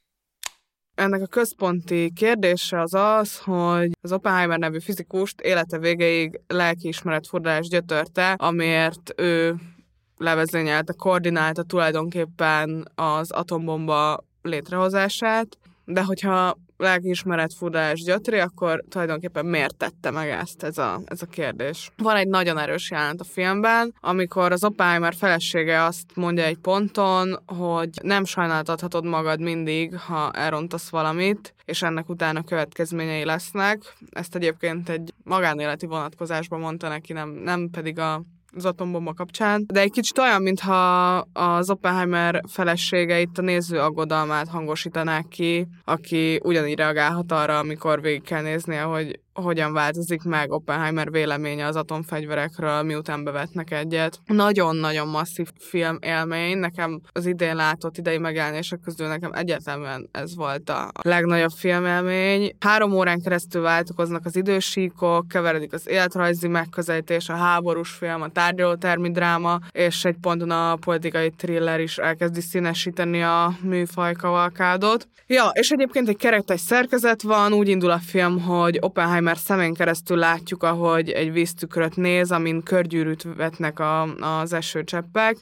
[SPEAKER 1] Ennek a központi kérdése az az, hogy az Oppenheimer nevű fizikust élete végéig lelkiismeret furdalás gyötörte, amiért ő levezényelte, koordinálta tulajdonképpen az atombomba létrehozását, de hogyha lelkiismeret furdalás gyötri, akkor tulajdonképpen miért tette meg ezt, ez a, ez a kérdés. Van egy nagyon erős jelenet a filmben, amikor az Oppenheimer felesége azt mondja egy ponton, hogy nem sajnáltathatod magad mindig, ha elrontasz valamit, és ennek utána következményei lesznek. Ezt egyébként egy magánéleti vonatkozásban mondta neki, nem, nem pedig a az atombomba kapcsán, de egy kicsit olyan, mintha az Oppenheimer felesége itt a néző aggodalmát hangosítanák ki, aki ugyanígy reagálhat arra, amikor végig kell néznie, hogy hogyan változik meg Oppenheimer véleménye az atomfegyverekről, miután bevetnek egyet. Nagyon-nagyon masszív film élmény, nekem az idén látott idei megjelenések közül nekem egyértelműen ez volt a legnagyobb filmélmény. Három órán keresztül váltokoznak az idősíkok, keveredik az életrajzi megközelítés, a háborús film, a tárgyalótermi dráma, és egy ponton a politikai thriller is elkezdi színesíteni a műfaj kavalkádot. Ja, és egyébként egy kerekes szerkezet van, úgy indul a film, hogy Oppenheimer mert szemén keresztül látjuk, ahogy egy víztükröt néz, amin körgyűrűt vetnek a, az esőcseppek,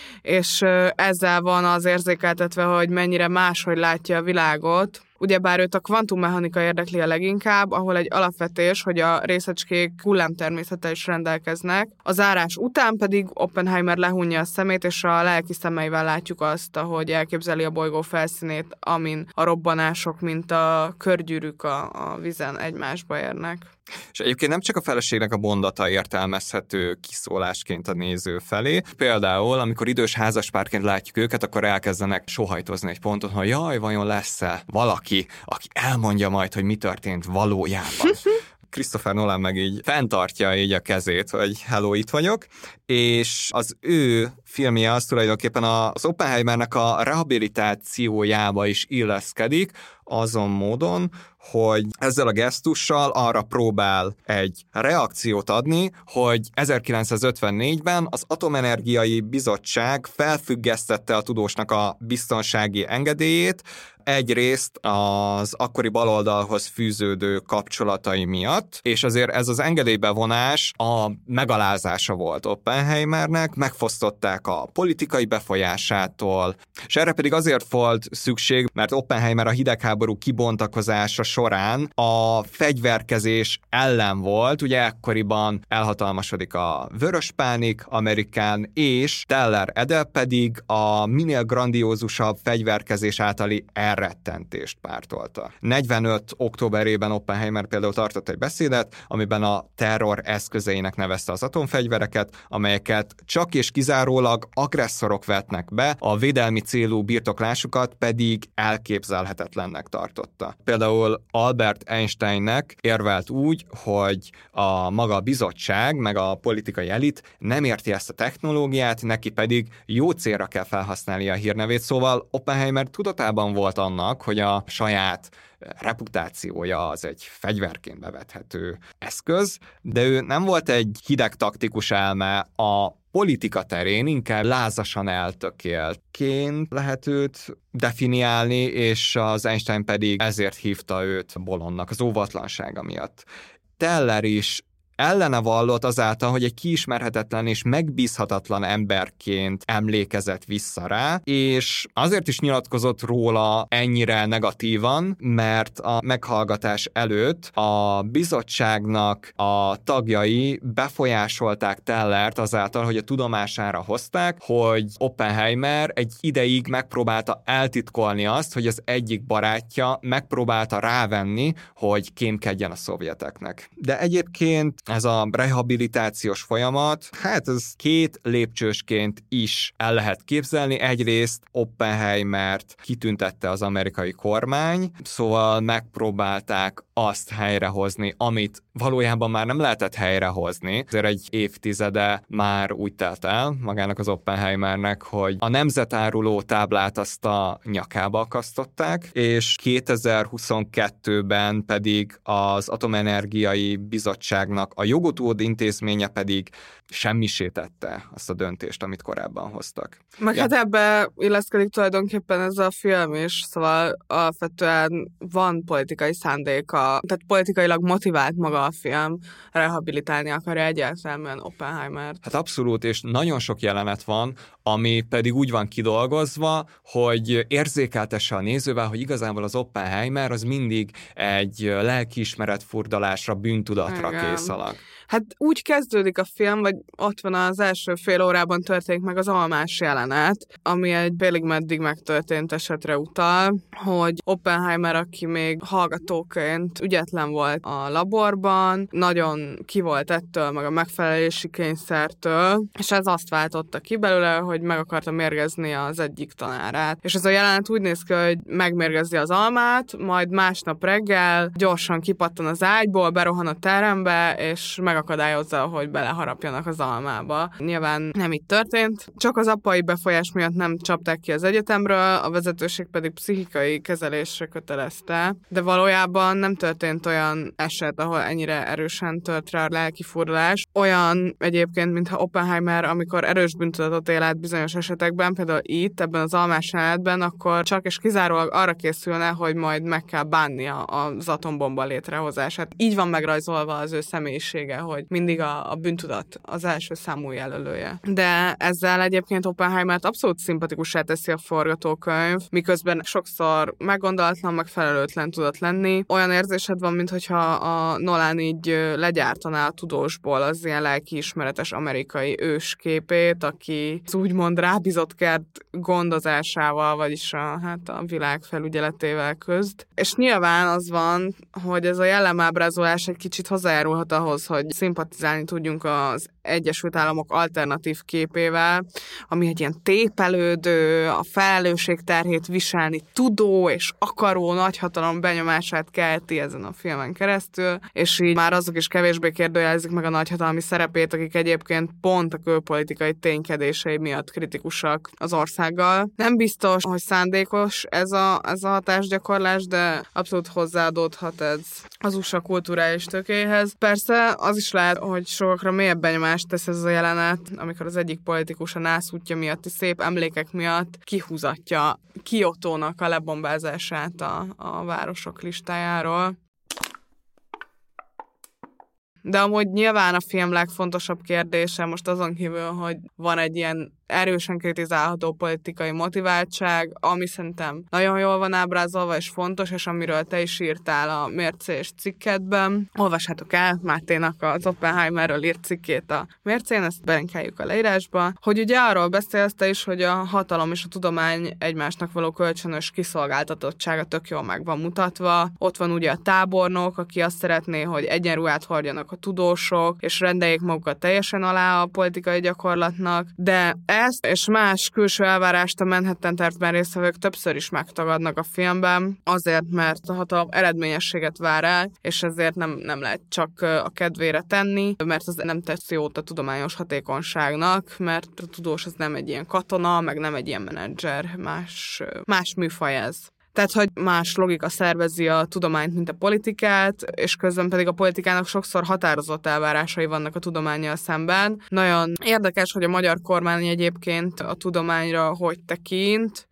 [SPEAKER 1] és ezzel van az érzékeltetve, hogy mennyire máshogy látja a világot. Ugyebár őt a kvantummechanika érdekli a leginkább, ahol egy alapvetés, hogy a részecskék hullámtermészete is rendelkeznek. A zárás után pedig Oppenheimer lehunja a szemét, és a lelki szemeivel látjuk azt, ahogy elképzeli a bolygó felszínét, amin a robbanások, mint a körgyűrűk a, a vízen egymásba érnek.
[SPEAKER 2] És egyébként nem csak a feleségnek a mondata értelmezhető kiszólásként a néző felé. Például, amikor idős házaspárként látjuk őket, akkor elkezdenek sohajtozni egy ponton, hogy jaj, vajon lesz-e valaki, aki elmondja majd, hogy mi történt valójában. Christopher Nolan meg így fenntartja így a kezét, hogy hello, itt vagyok, és az ő filmje az tulajdonképpen az Oppenheimernek a rehabilitációjába is illeszkedik, azon módon, hogy ezzel a gesztussal arra próbál egy reakciót adni, hogy ezerkilencszázötvennégyben az Atomenergiai Bizottság felfüggesztette a tudósnak a biztonsági engedélyét, egyrészt az akkori baloldalhoz fűződő kapcsolatai miatt, és azért ez az engedélybevonás a megalázása volt Oppenheimernek, megfosztották a politikai befolyásától, és erre pedig azért volt szükség, mert Oppenheimer a hidegháború kibontakozása során a fegyverkezés ellen volt, ugye ekkoriban elhatalmasodik a vörös pánik Amerikán, és Teller Ede pedig a minél grandiózusabb fegyverkezés általi elrettentést pártolta. negyvenöt októberében Oppenheimer például tartott egy beszédet, amiben a terror eszközeinek nevezte az atomfegyvereket, amelyeket csak és kizárólag agresszorok vetnek be, a védelmi célú birtoklásukat pedig elképzelhetetlennek tartotta. Például Albert Einsteinnek érvelt úgy, hogy a maga bizottság, meg a politikai elit nem érti ezt a technológiát, neki pedig jó célra kell felhasználni a hírnevét, szóval Oppenheimer tudatában volt annak, hogy a saját reputációja az egy fegyverként bevethető eszköz, de ő nem volt egy hideg taktikus elme a politika terén, inkább lázasan eltökéltként lehet őt definiálni, és az Einstein pedig ezért hívta őt bolondnak, az óvatlansága miatt. Teller is ellene vallott azáltal, hogy egy kiismerhetetlen és megbízhatatlan emberként emlékezett vissza rá, és azért is nyilatkozott róla ennyire negatívan, mert a meghallgatás előtt a bizottságnak a tagjai befolyásolták Tellert azáltal, hogy a tudomására hozták, hogy Oppenheimer egy ideig megpróbálta eltitkolni azt, hogy az egyik barátja megpróbálta rávenni, hogy kémkedjen a szovjeteknek. De egyébként ez a rehabilitációs folyamat, hát ez két lépcsősként is el lehet képzelni. Egyrészt Oppenheimert kitüntette az amerikai kormány, szóval megpróbálták azt helyrehozni, amit valójában már nem lehetett helyrehozni. Ezért egy évtizede már úgy telt el magának az Oppenheimernek, hogy a nemzetáruló táblát azt a nyakába akasztották, és kétezer-huszonkettőben pedig az Atomenergiai Bizottságnak a jogutód intézménye pedig semmisítette azt a döntést, amit korábban hoztak.
[SPEAKER 1] Meg ja. Hát ebbe illeszkedik tulajdonképpen ez a film is, szóval alapvetően van politikai szándéka, tehát politikailag motivált maga a film, rehabilitálni akarja egyáltalán Oppenheimert.
[SPEAKER 2] Hát abszolút, és nagyon sok jelenet van, ami pedig úgy van kidolgozva, hogy érzékeltesse a nézővel, hogy igazából az Oppenheimer az mindig egy lelkiismeret furdalásra, bűntudatra
[SPEAKER 1] Igen.
[SPEAKER 2] kész alak.
[SPEAKER 1] Hát úgy kezdődik a film, vagy ott van az első fél órában történik meg az almás jelenet, ami egy félig meddig megtörtént esetre utal, hogy Oppenheimer, aki még hallgatóként ügyetlen volt a laborban, nagyon ki volt ettől, meg a megfelelési kényszertől, és ez azt váltotta ki belőle, hogy meg akarta mérgezni az egyik tanárát. És ez a jelenet úgy néz ki, hogy megmérgezi az almát, majd másnap reggel gyorsan kipattan az ágyból, berohan a terembe, és megakadályozza, hogy beleharapjanak az almába. Nyilván nem így történt, csak az apai befolyás miatt nem csapták ki az egyetemről, a vezetőség pedig pszichikai kezelésre kötelezte, de valójában nem történt olyan eset, ahol ennyire erősen tört rá a lelkifurdalás. Olyan egyébként, mintha Oppenheimer, amikor erős bűntudatot él át bizonyos esetekben, például itt, ebben az almás jelenetben, akkor csak és kizárólag arra készülne, hogy majd meg kell bánnia az atombomba létrehozását. Így van megrajzolva az ő személyisége, hogy mindig a, a bűntudat az első számú jelölője. De ezzel egyébként Oppenheimert abszolút szimpatikussá teszi a forgatókönyv, miközben sokszor meggondolatlan, meg felelőtlen tudott lenni. Olyan érzésed van, mintha a Nolan így legyártaná a tudósból az ilyen lelkiismeretes amerikai ősképét, aki úgymond rábízott kert gondozásával, vagyis a, hát a világ felügyeletével közd. És nyilván az van, hogy ez a jellemábrázolás egy kicsit hozzájárulhat ahhoz, hogy szimpatizálni tudjunk az Egyesült Államok alternatív képével, ami egy ilyen tépelődő, a felelősség terhét viselni tudó és akaró nagyhatalom benyomását kelti ezen a filmen keresztül, és így már azok is kevésbé kérdőjelezik meg a nagyhatalmi szerepét, akik egyébként pont a külpolitikai ténykedései miatt kritikusak az országgal. Nem biztos, hogy szándékos ez a, ez a hatásgyakorlás, de abszolút hozzáadódhat ez az u es á kulturális tökéhez. Persze az is lehet, hogy sokakra mélyebb benyomást tesz ez a jelenet, amikor az egyik politikus a nászútja miatti szép emlékek miatt kihúzatja Kiotónak a lebombázását a, a városok listájáról. De amúgy nyilván a film legfontosabb kérdése most azon kívül, hogy van egy ilyen erősen kritizálható politikai motiváltság, ami szerintem nagyon jól van ábrázolva, és fontos, és amiről te is írtál a Mércés cikkedben. Olvassátok el Máténak az Oppenheimerről írt cikkét a Mércén, ezt belinkeljük a leírásba, hogy ugye arról beszélsz te is, hogy a hatalom és a tudomány egymásnak való kölcsönös kiszolgáltatottsága tök jól meg van mutatva. Ott van ugye a tábornok, aki azt szeretné, hogy egyenruhát hordjanak a tudósok, és rendeljék magukat teljesen alá a politikai gyakorlatnak, de ezt és más külső elvárást a Manhattan tervben résztvevők többször is megtagadnak a filmben, azért, mert a hatalom eredményességet vár el, és ezért nem, nem lehet csak a kedvére tenni, mert az nem tesz jót a tudományos hatékonyságnak, mert a tudós az nem egy ilyen katona, meg nem egy ilyen menedzser, más, más műfaj ez. Tehát, hogy más logika szervezi a tudományt, mint a politikát, és közben pedig a politikának sokszor határozott elvárásai vannak a tudománnyal szemben. Nagyon érdekes, hogy a magyar kormány egyébként a tudományra hogy tekint,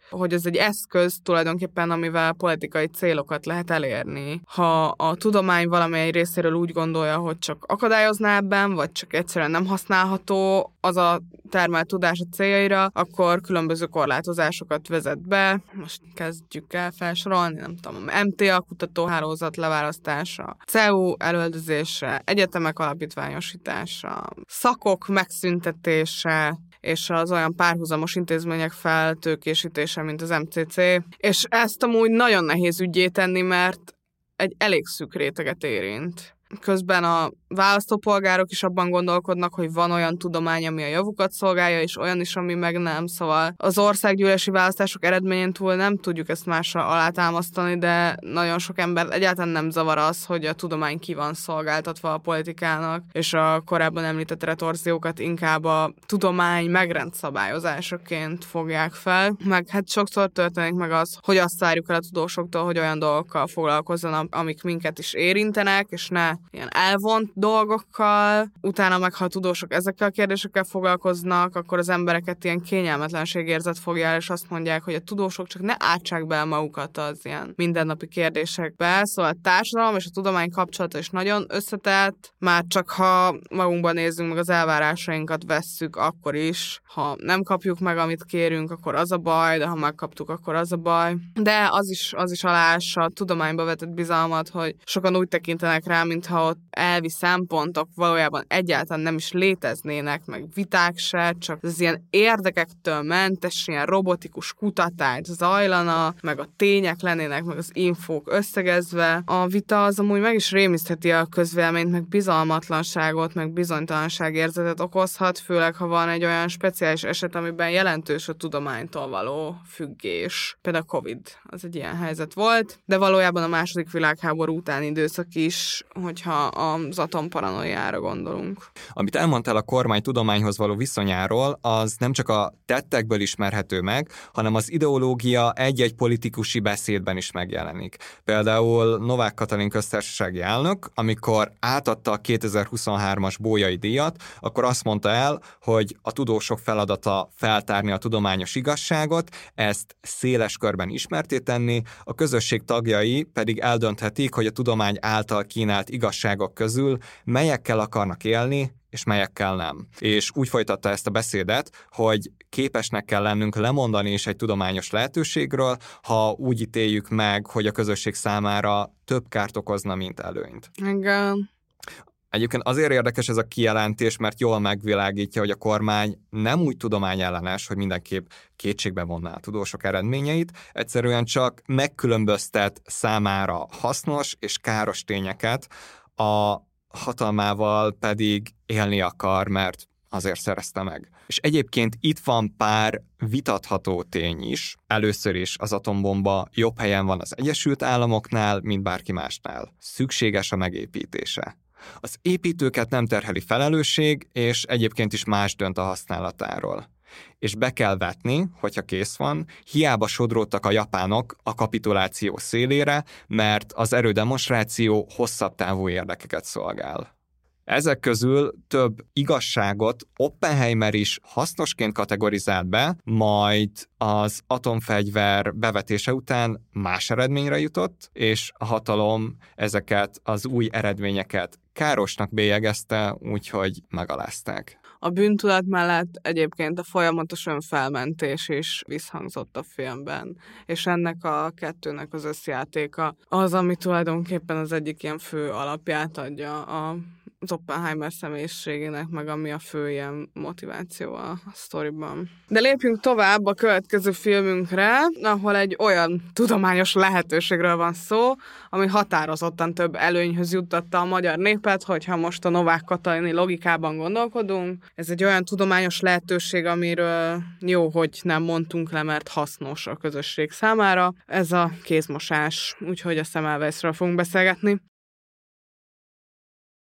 [SPEAKER 1] hogy ez egy eszköz tulajdonképpen, amivel politikai célokat lehet elérni. Ha a tudomány valamely részéről úgy gondolja, hogy csak akadályozná ebben, vagy csak egyszerűen nem használható az a termelt tudás a céljaira, akkor különböző korlátozásokat vezet be. Most kezdjük el felsorolni, nem tudom, em té á kutatóhálózat leválasztása, cé e u elöldözése, egyetemek alapítványosítása, szakok megszüntetése, és az olyan párhuzamos intézmények feltőkésítése, mint az em cé cé. És ezt amúgy nagyon nehéz üggyé tenni, mert egy elég szűk réteget érint. Közben a választópolgárok is abban gondolkodnak, hogy van olyan tudomány, ami a javukat szolgálja, és olyan is, ami meg nem. Szóval az országgyűlési választások eredményén túl nem tudjuk ezt másra alátámasztani, de nagyon sok ember egyáltalán nem zavar az, hogy a tudomány ki van szolgáltatva a politikának, és a korábban említett retorziókat inkább a tudomány megrendszabályozásaként fogják fel. Meg hát sokszor történik meg az, hogy azt várjuk el a tudósoktól, hogy olyan dolgokkal foglalkozzanak, amik minket is érintenek, és ne ilyen elvont dolgokkal. Utána meg, ha a tudósok ezekkel a kérdésekkel foglalkoznak, akkor az embereket ilyen kényelmetlenségérzet fogja el, és azt mondják, hogy a tudósok csak ne átsák be magukat az ilyen mindennapi kérdésekbe. Szóval a társadalom és a tudomány kapcsolata is nagyon összetett, már csak ha magunkban nézzünk, meg az elvárásainkat vesszük, akkor is. Ha nem kapjuk meg, amit kérünk, akkor az a baj, de ha megkaptuk, akkor az a baj. De az is, az is aláássa a tudományba vetett bizalmat, hogy sokan úgy tekintenek rá, mintha ott elvi szempontok valójában egyáltalán nem is léteznének, meg viták se, csak az ilyen érdekektől mentes, ilyen robotikus kutatás zajlana, meg a tények lennének, meg az infók összegezve. A vita az amúgy meg is rémisztheti a közvéleményt, meg bizalmatlanságot, meg bizonytalanságérzetet okozhat, főleg ha van egy olyan speciális eset, amiben jelentős a tudománytól való függés. Például a Covid, az egy ilyen helyzet volt, de valójában a második világháború utáni időszak is, hogyha az atomparanoiára gondolunk.
[SPEAKER 2] Amit elmondtál a kormány tudományhoz való viszonyáról, az nem csak a tettekből ismerhető meg, hanem az ideológia egy-egy politikusi beszédben is megjelenik. Például Novák Katalin köztársasági elnök, amikor átadta a kétezer-huszonhármas Bolyai díjat, akkor azt mondta el, hogy a tudósok feladata feltárni a tudományos igazságot, ezt széles körben ismertté tenni, a közösség tagjai pedig eldönthetik, hogy a tudomány által kínált igazságok közül melyekkel akarnak élni, és melyekkel nem. És úgy folytatta ezt a beszédet, hogy képesnek kell lennünk lemondani is egy tudományos lehetőségről, ha úgy ítéljük meg, hogy a közösség számára több kárt okozna, mint előnyt.
[SPEAKER 1] Igen.
[SPEAKER 2] Egyébként azért érdekes ez a kijelentés, mert jól megvilágítja, hogy a kormány nem úgy tudományellenes, hogy mindenképp kétségbe vonná a tudósok eredményeit, egyszerűen csak megkülönböztet számára hasznos és káros tényeket, a hatalmával pedig élni akar, mert azért szerezte meg. És egyébként itt van pár vitatható tény is. Először is az atombomba jobb helyen van az Egyesült Államoknál, mint bárki másnál. Szükséges a megépítése. Az építőket nem terheli felelősség, és egyébként is más dönt a használatáról. És be kell vetni, hogyha kész van, hiába sodródtak a japánok a kapituláció szélére, mert az erődemonstráció hosszabb távú érdekeket szolgál. Ezek közül több igazságot Oppenheimer is hasznosként kategorizált be, majd az atomfegyver bevetése után más eredményre jutott, és a hatalom ezeket az új eredményeket károsnak bélyegezte, úgyhogy megalázták.
[SPEAKER 1] A bűntudat mellett egyébként a folyamatos önfelmentés is visszhangzott a filmben, és ennek a kettőnek az összjátéka az, ami tulajdonképpen az egyik ilyen fő alapját adja a az Oppenheimer személyiségének, meg ami a fő ilyen motiváció a sztoriban. De lépjünk tovább a következő filmünkre, ahol egy olyan tudományos lehetőségről van szó, ami határozottan több előnyhöz juttatta a magyar népet, hogyha most a Novák Katalini logikában gondolkodunk. Ez egy olyan tudományos lehetőség, amiről jó, hogy nem mondtunk le, mert hasznos a közösség számára. Ez a kézmosás, úgyhogy a Semmelweisről fogunk beszélgetni.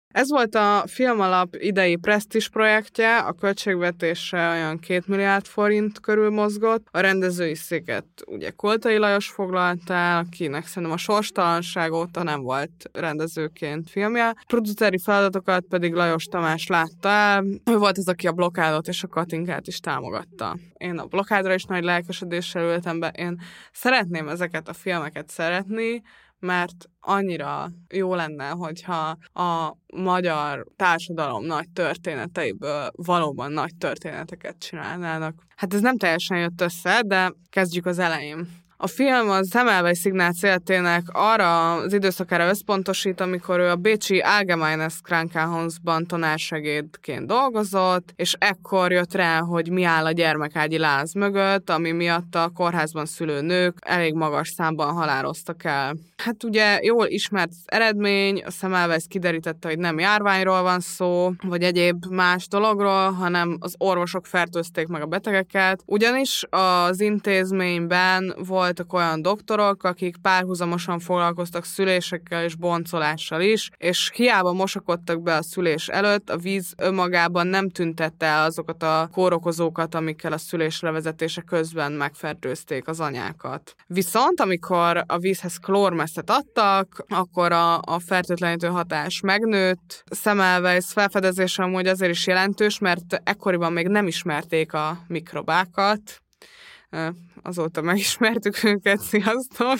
[SPEAKER 1] Ez volt a Filmalap idei presztízs projektje, a költségvetése olyan két milliárd forint körül mozgott. A rendezői széket ugye Koltai Lajos foglalta el, akinek szerintem a sorstalanság óta nem volt rendezőként filmje. Produceri feladatokat pedig Lajos Tamás látta el. Ő volt az, aki a Blokkádot és a Katinkát is támogatta. Én a Blokkádra is nagy lelkesedéssel ültem be. Én szeretném ezeket a filmeket szeretni, mert annyira jó lenne, hogyha a magyar társadalom nagy történeteiből valóban nagy történeteket csinálnának. Hát ez nem teljesen jött össze, de kezdjük az elején. A film a Semmelweis Ignác életének arra az időszakára összpontosít, amikor ő a bécsi Allgemeines Krankenhausban tanársegédként dolgozott, és ekkor jött rá, hogy mi áll a gyermekágyi láz mögött, ami miatt a kórházban szülő nők elég magas számban haláloztak el. Hát ugye jól ismert az eredmény, a Semmelweis kiderítette, hogy nem járványról van szó, vagy egyéb más dologról, hanem az orvosok fertőzték meg a betegeket, ugyanis az intézményben voltak olyan doktorok, akik párhuzamosan foglalkoztak szülésekkel és boncolással is, és hiába mosakodtak be a szülés előtt, a víz önmagában nem tüntette el azokat a kórokozókat, amikkel a szülés levezetése közben megfertőzték az anyákat. Viszont amikor a vízhez klórmeszet adtak, akkor a, a fertőtlenítő hatás megnőtt. Semmelweis felfedezése amúgy azért is jelentős, mert ekkoriban még nem ismerték a mikrobákat. Azóta megismertük őket, sziasztok!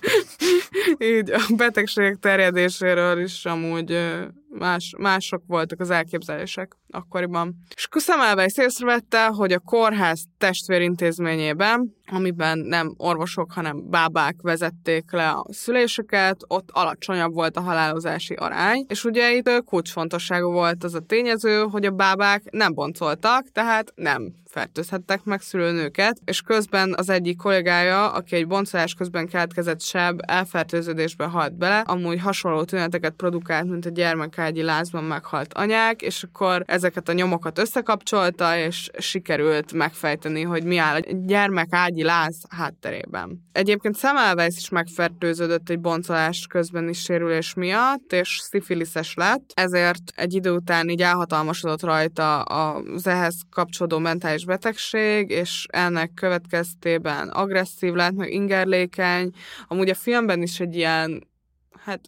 [SPEAKER 1] Így a betegség terjedéséről is amúgy más, mások voltak az elképzelések akkoriban. És Semmelweis észrevette, hogy a kórház testvérintézményében, amiben nem orvosok, hanem bábák vezették le a szüléseket, ott alacsonyabb volt a halálozási arány, és ugye itt kulcsfontosságú volt az a tényező, hogy a bábák nem boncoltak, tehát nem fertőzhettek meg szülőnőket, és közben az egyik kollégája, aki egy boncolás közben keletkezett seb, elfertőződésbe halt bele, amúgy hasonló tüneteket produkált, mint a gyermekágyi lázban meghalt anyák, és akkor ezeket a nyomokat összekapcsolta, és sikerült megfejteni, hogy mi áll a gyermekágyi láz hátterében. Egyébként Semmelweis is megfertőződött egy boncolás közbeni sérülés miatt, és szifiliszes lett, ezért egy idő után így elhatalmasodott rajta az ehhez kapcsolódó mentális betegség, és ennek következtében agresszív lett, meg ingerlékeny. Amúgy a filmben is egy ilyen, hát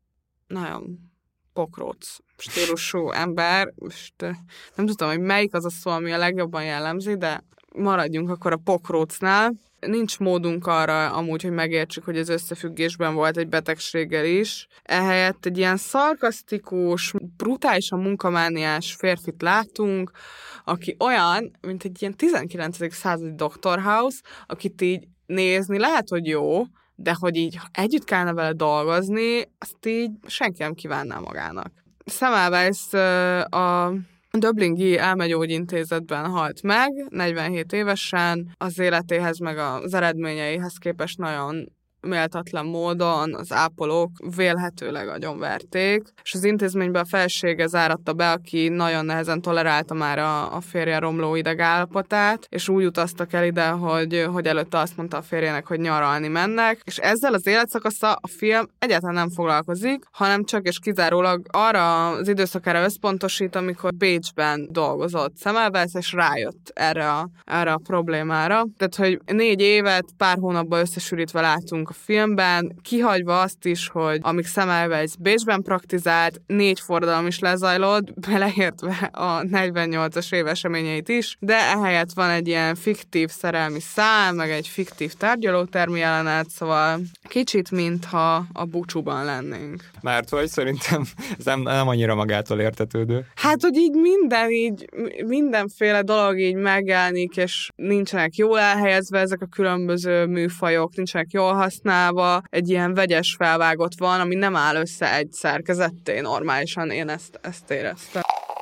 [SPEAKER 1] nagyon pokróc stílusú ember, most nem tudom, hogy melyik az a szó, ami a legjobban jellemzi, de maradjunk akkor a pokrócnál. Nincs módunk arra amúgy, hogy megértsük, hogy ez összefüggésben volt egy betegséggel is. Ehelyett egy ilyen szarkasztikus, brutálisan munkamániás férfit látunk, aki olyan, mint egy ilyen tizenkilencedik századi doktor House, akit így nézni lehet, hogy jó, de hogy így együtt kellene vele dolgozni, azt így senki nem kívánná magának. Semmelweis a Döblingi Elmegyógyintézetben halt meg, negyvenhét évesen, az életéhez meg az eredményeihez képest nagyon méltatlan módon az ápolók vélhetőleg agyonverték, és az intézményben a felesége záratta be, aki nagyon nehezen tolerálta már a, a férje romló idegállapotát, és úgy utaztak el ide, hogy, hogy előtte azt mondta a férjének, hogy nyaralni mennek, és ezzel az életszakasza a film egyáltalán nem foglalkozik, hanem csak és kizárólag arra az időszakára összpontosít, amikor Bécsben dolgozott Semmelweis, és rájött erre a, erre a problémára. Tehát, hogy négy évet, pár hónapban összesűrítve látunk a filmben, kihagyva azt is, hogy amíg Semmelweis Bécsben praktizált, négy forradalom is lezajlott, beleértve a negyvennyolcas év eseményeit is, de ehelyett van egy ilyen fiktív szerelmi szál, meg egy fiktív tárgyalótermi jelenet, szóval kicsit, mintha a búcsúban lennénk.
[SPEAKER 2] Mert vagy szerintem ez nem, nem annyira magától értetődő.
[SPEAKER 1] Hát, hogy így minden, így mindenféle dolog így megjelenik, és nincsenek jól elhelyezve ezek a különböző műfajok, nincsenek jól használva, egy ilyen vegyes felvágott van, ami nem áll össze egy szerkezetté normálisan, én ezt, ezt éreztem.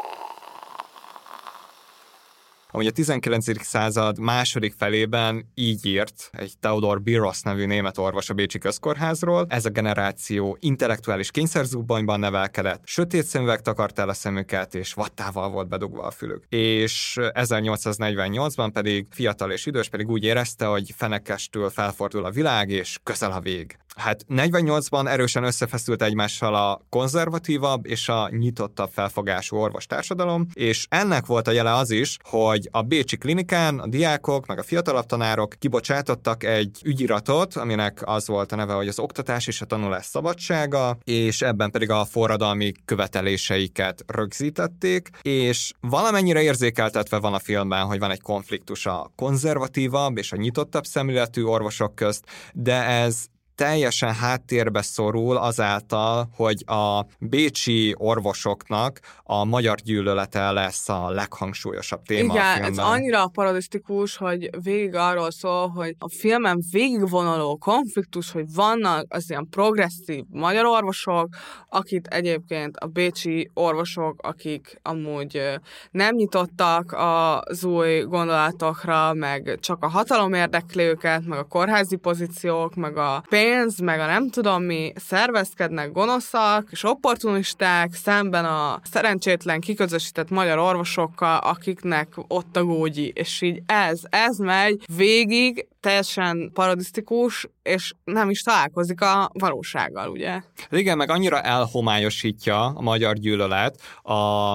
[SPEAKER 2] Amúgy a tizenkilencedik század második felében így írt egy Theodor Biros nevű német orvos a bécsi közkórházról. Ez a generáció intellektuális kényszerzubbonyban nevelkedett, sötét szemüveg takarta el a szemüket, és vattával volt bedugva a fülük. És ezernyolcszáznegyvennyolcban pedig fiatal és idős pedig úgy érezte, hogy fenekestül felfordul a világ, és közel a vég. Hát negyvennyolcban erősen összefeszült egymással a konzervatívabb és a nyitottabb felfogású orvostársadalom, és ennek volt a jele az is, hogy a bécsi klinikán a diákok, meg a fiatalabb tanárok kibocsátottak egy ügyiratot, aminek az volt a neve, hogy az oktatás és a tanulás szabadsága, és ebben pedig a forradalmi követeléseiket rögzítették, és valamennyire érzékeltetve van a filmben, hogy van egy konfliktus a konzervatívabb és a nyitottabb szemléletű orvosok közt, de ez teljesen háttérbe szorul azáltal, hogy a bécsi orvosoknak a magyar gyűlölete lesz a leghangsúlyosabb téma.
[SPEAKER 1] Igen,
[SPEAKER 2] a filmben.
[SPEAKER 1] ez annyira parodisztikus, hogy végig arról szól, hogy a filmen végigvonuló konfliktus, hogy vannak az ilyen progresszív magyar orvosok, akit egyébként a bécsi orvosok, akik amúgy nem nyitottak az új gondolatokra, meg csak a hatalom érdekli őket, meg a kórházi pozíciók, meg a pénz, meg a nem tudom mi, szervezkednek gonoszak és opportunisták szemben a szerencsétlen kiközösített magyar orvosokkal, akiknek ott a gógyi, és így ez, ez megy végig, teljesen parodisztikus, és nem is találkozik a valósággal, ugye?
[SPEAKER 2] Igen, meg annyira elhomályosítja a magyar gyűlölet a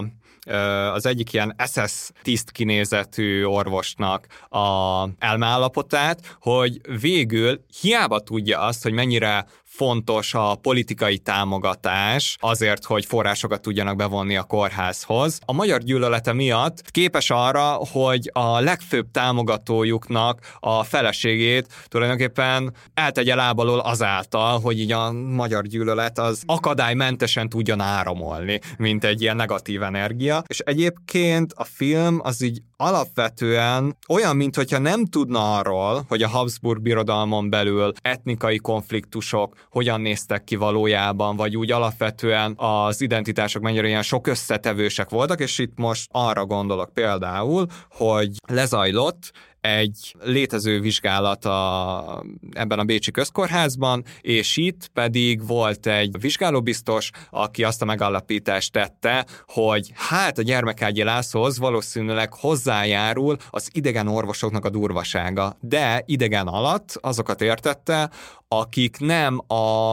[SPEAKER 2] az egyik ilyen es es tiszt kinézetű orvosnak a elmeállapotát, hogy végül hiába tudja azt, hogy mennyire fontos a politikai támogatás azért, hogy forrásokat tudjanak bevonni a kórházhoz. A magyar gyűlölete miatt képes arra, hogy a legfőbb támogatójuknak a feleségét tulajdonképpen eltegye lábalól azáltal, hogy így a magyar gyűlölet az akadálymentesen tudjon áramolni, mint egy ilyen negatív energia. És egyébként a film az így alapvetően olyan, mintha nem tudna arról, hogy a Habsburg birodalmon belül etnikai konfliktusok hogyan néztek ki valójában, vagy úgy alapvetően az identitások mennyire ilyen sok összetevősek voltak, és itt most arra gondolok például, hogy lezajlott egy létező vizsgálat a, ebben a bécsi közkórházban, és itt pedig volt egy vizsgálóbiztos, aki azt a megállapítást tette, hogy hát a gyermekágyi Lászlóhoz valószínűleg hozzájárul az idegen orvosoknak a durvasága. De idegen alatt azokat értette, akik nem a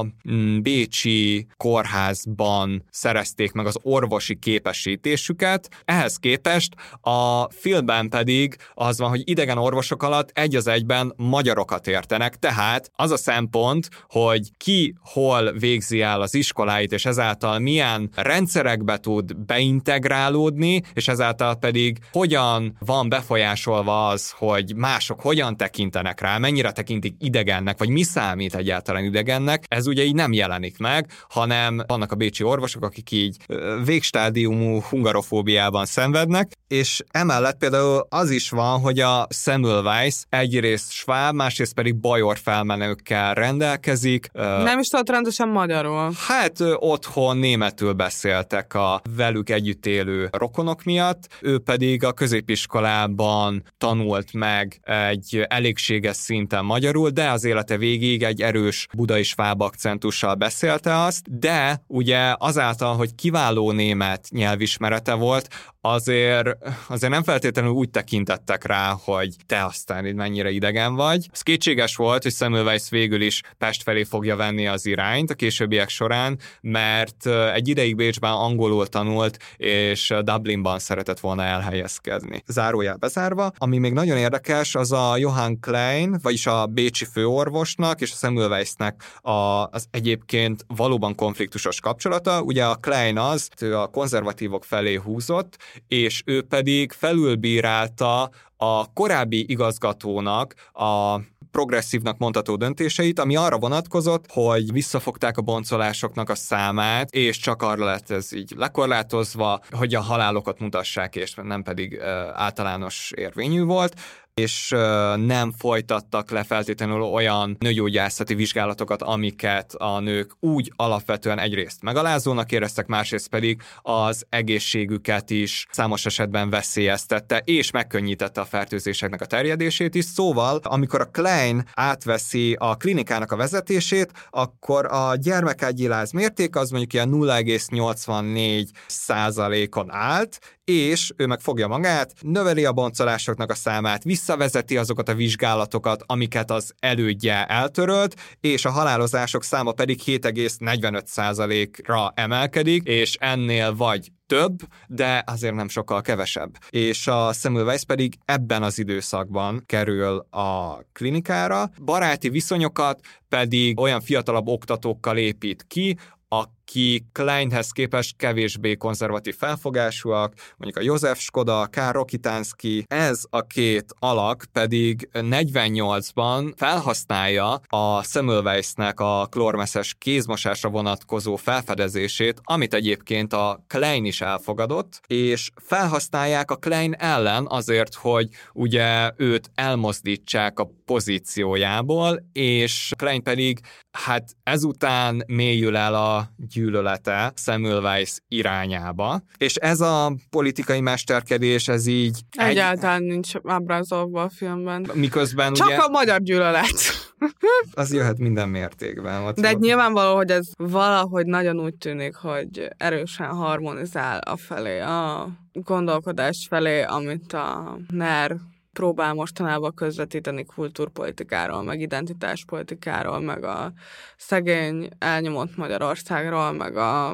[SPEAKER 2] bécsi kórházban szerezték meg az orvosi képesítésüket, ehhez képest a filmben pedig az van, hogy idegen orvosok alatt egy az egyben magyarokat értenek, tehát az a szempont, hogy ki hol végzi el az iskoláit, és ezáltal milyen rendszerekbe tud beintegrálódni, és ezáltal pedig hogyan van befolyásolva az, hogy mások hogyan tekintenek rá, mennyire tekintik idegennek, vagy mi számít egyáltalán idegennek, ez ugye így nem jelenik meg, hanem vannak a bécsi orvosok, akik így végstádiumú hungarofóbiában szenvednek, és emellett például az is van, hogy a Semmelweis egyrészt sváb, másrészt pedig bajor felmenőkkel rendelkezik.
[SPEAKER 1] Nem is tudott rendesen magyarul.
[SPEAKER 2] Hát otthon németül beszéltek a velük együtt élő rokonok miatt, ő pedig a középiskolában tanult meg egy elégséges szinten magyarul, de az élete végig egy erős budai sváb akcentussal beszélte azt, de ugye azáltal, hogy kiváló német nyelvismerete volt, azért, azért nem feltétlenül úgy tekintettek rá, hogy te aztán itt mennyire idegen vagy. Ez kétséges volt, hogy Semmelweis végül is Pest felé fogja venni az irányt a későbbiek során, mert egy ideig Bécsben angolul tanult, és Dublinban szeretett volna elhelyezkedni. Zárójel bezárva. Ami még nagyon érdekes, az a Johann Klein, vagyis a bécsi főorvosnak és a Semmelweisnek a, az egyébként valóban konfliktusos kapcsolata. Ugye a Klein az, ő a konzervatívok felé húzott, és ő pedig felülbírálta a korábbi igazgatónak a progresszívnak mondható döntéseit, ami arra vonatkozott, hogy visszafogták a boncolásoknak a számát, és csak arra lett ez így lekorlátozva, hogy a halálokat mutassák, és nem pedig uh, általános érvényű volt, és nem folytattak le feltétlenül olyan nőgyógyászati vizsgálatokat, amiket a nők úgy alapvetően egyrészt megalázónak éreztek, másrészt pedig az egészségüket is számos esetben veszélyeztette, és megkönnyítette a fertőzéseknek a terjedését is. Szóval, amikor a Klein átveszi a klinikának a vezetését, akkor a gyermekágyi láz mérték az mondjuk ilyen nulla egész nyolcvannégy százalékon állt, és ő meg fogja magát, növeli a boncolásoknak a számát, visszavezeti azokat a vizsgálatokat, amiket az elődje eltörölt, és a halálozások száma pedig hét egész negyvenöt százalékra emelkedik, és ennél vagy több, de azért nem sokkal kevesebb. És a Semmelweis pedig ebben az időszakban kerül a klinikára, baráti viszonyokat pedig olyan fiatalabb oktatókkal épít ki, akik Kleinhez képest kevésbé konzervatív felfogásúak, mondjuk a József Skoda, Karl Rokitansky. Ez a két alak pedig negyvennyolcban felhasználja a Semmelweisnek a klórmeszes kézmosásra vonatkozó felfedezését, amit egyébként a Klein is elfogadott, és felhasználják a Klein ellen azért, hogy ugye őt elmozdítsák a pozíciójából, és Klein pedig hát ezután mélyül el a gyűlölete Semmelweis irányába, és ez a politikai mesterkedés, ez így...
[SPEAKER 1] Egyáltalán egy... nincs ábrázolva a filmben.
[SPEAKER 2] Miközben
[SPEAKER 1] csak
[SPEAKER 2] ugye...
[SPEAKER 1] a magyar gyűlölet.
[SPEAKER 2] Az jöhet minden mértékben. Ott
[SPEAKER 1] De
[SPEAKER 2] volt.
[SPEAKER 1] nyilvánvaló, hogy ez valahogy nagyon úgy tűnik, hogy erősen harmonizál a felé, a gondolkodás felé, amit a NER próbál mostanában közvetíteni kultúrpolitikáról, meg identitáspolitikáról, meg a szegény, elnyomott Magyarországról, meg a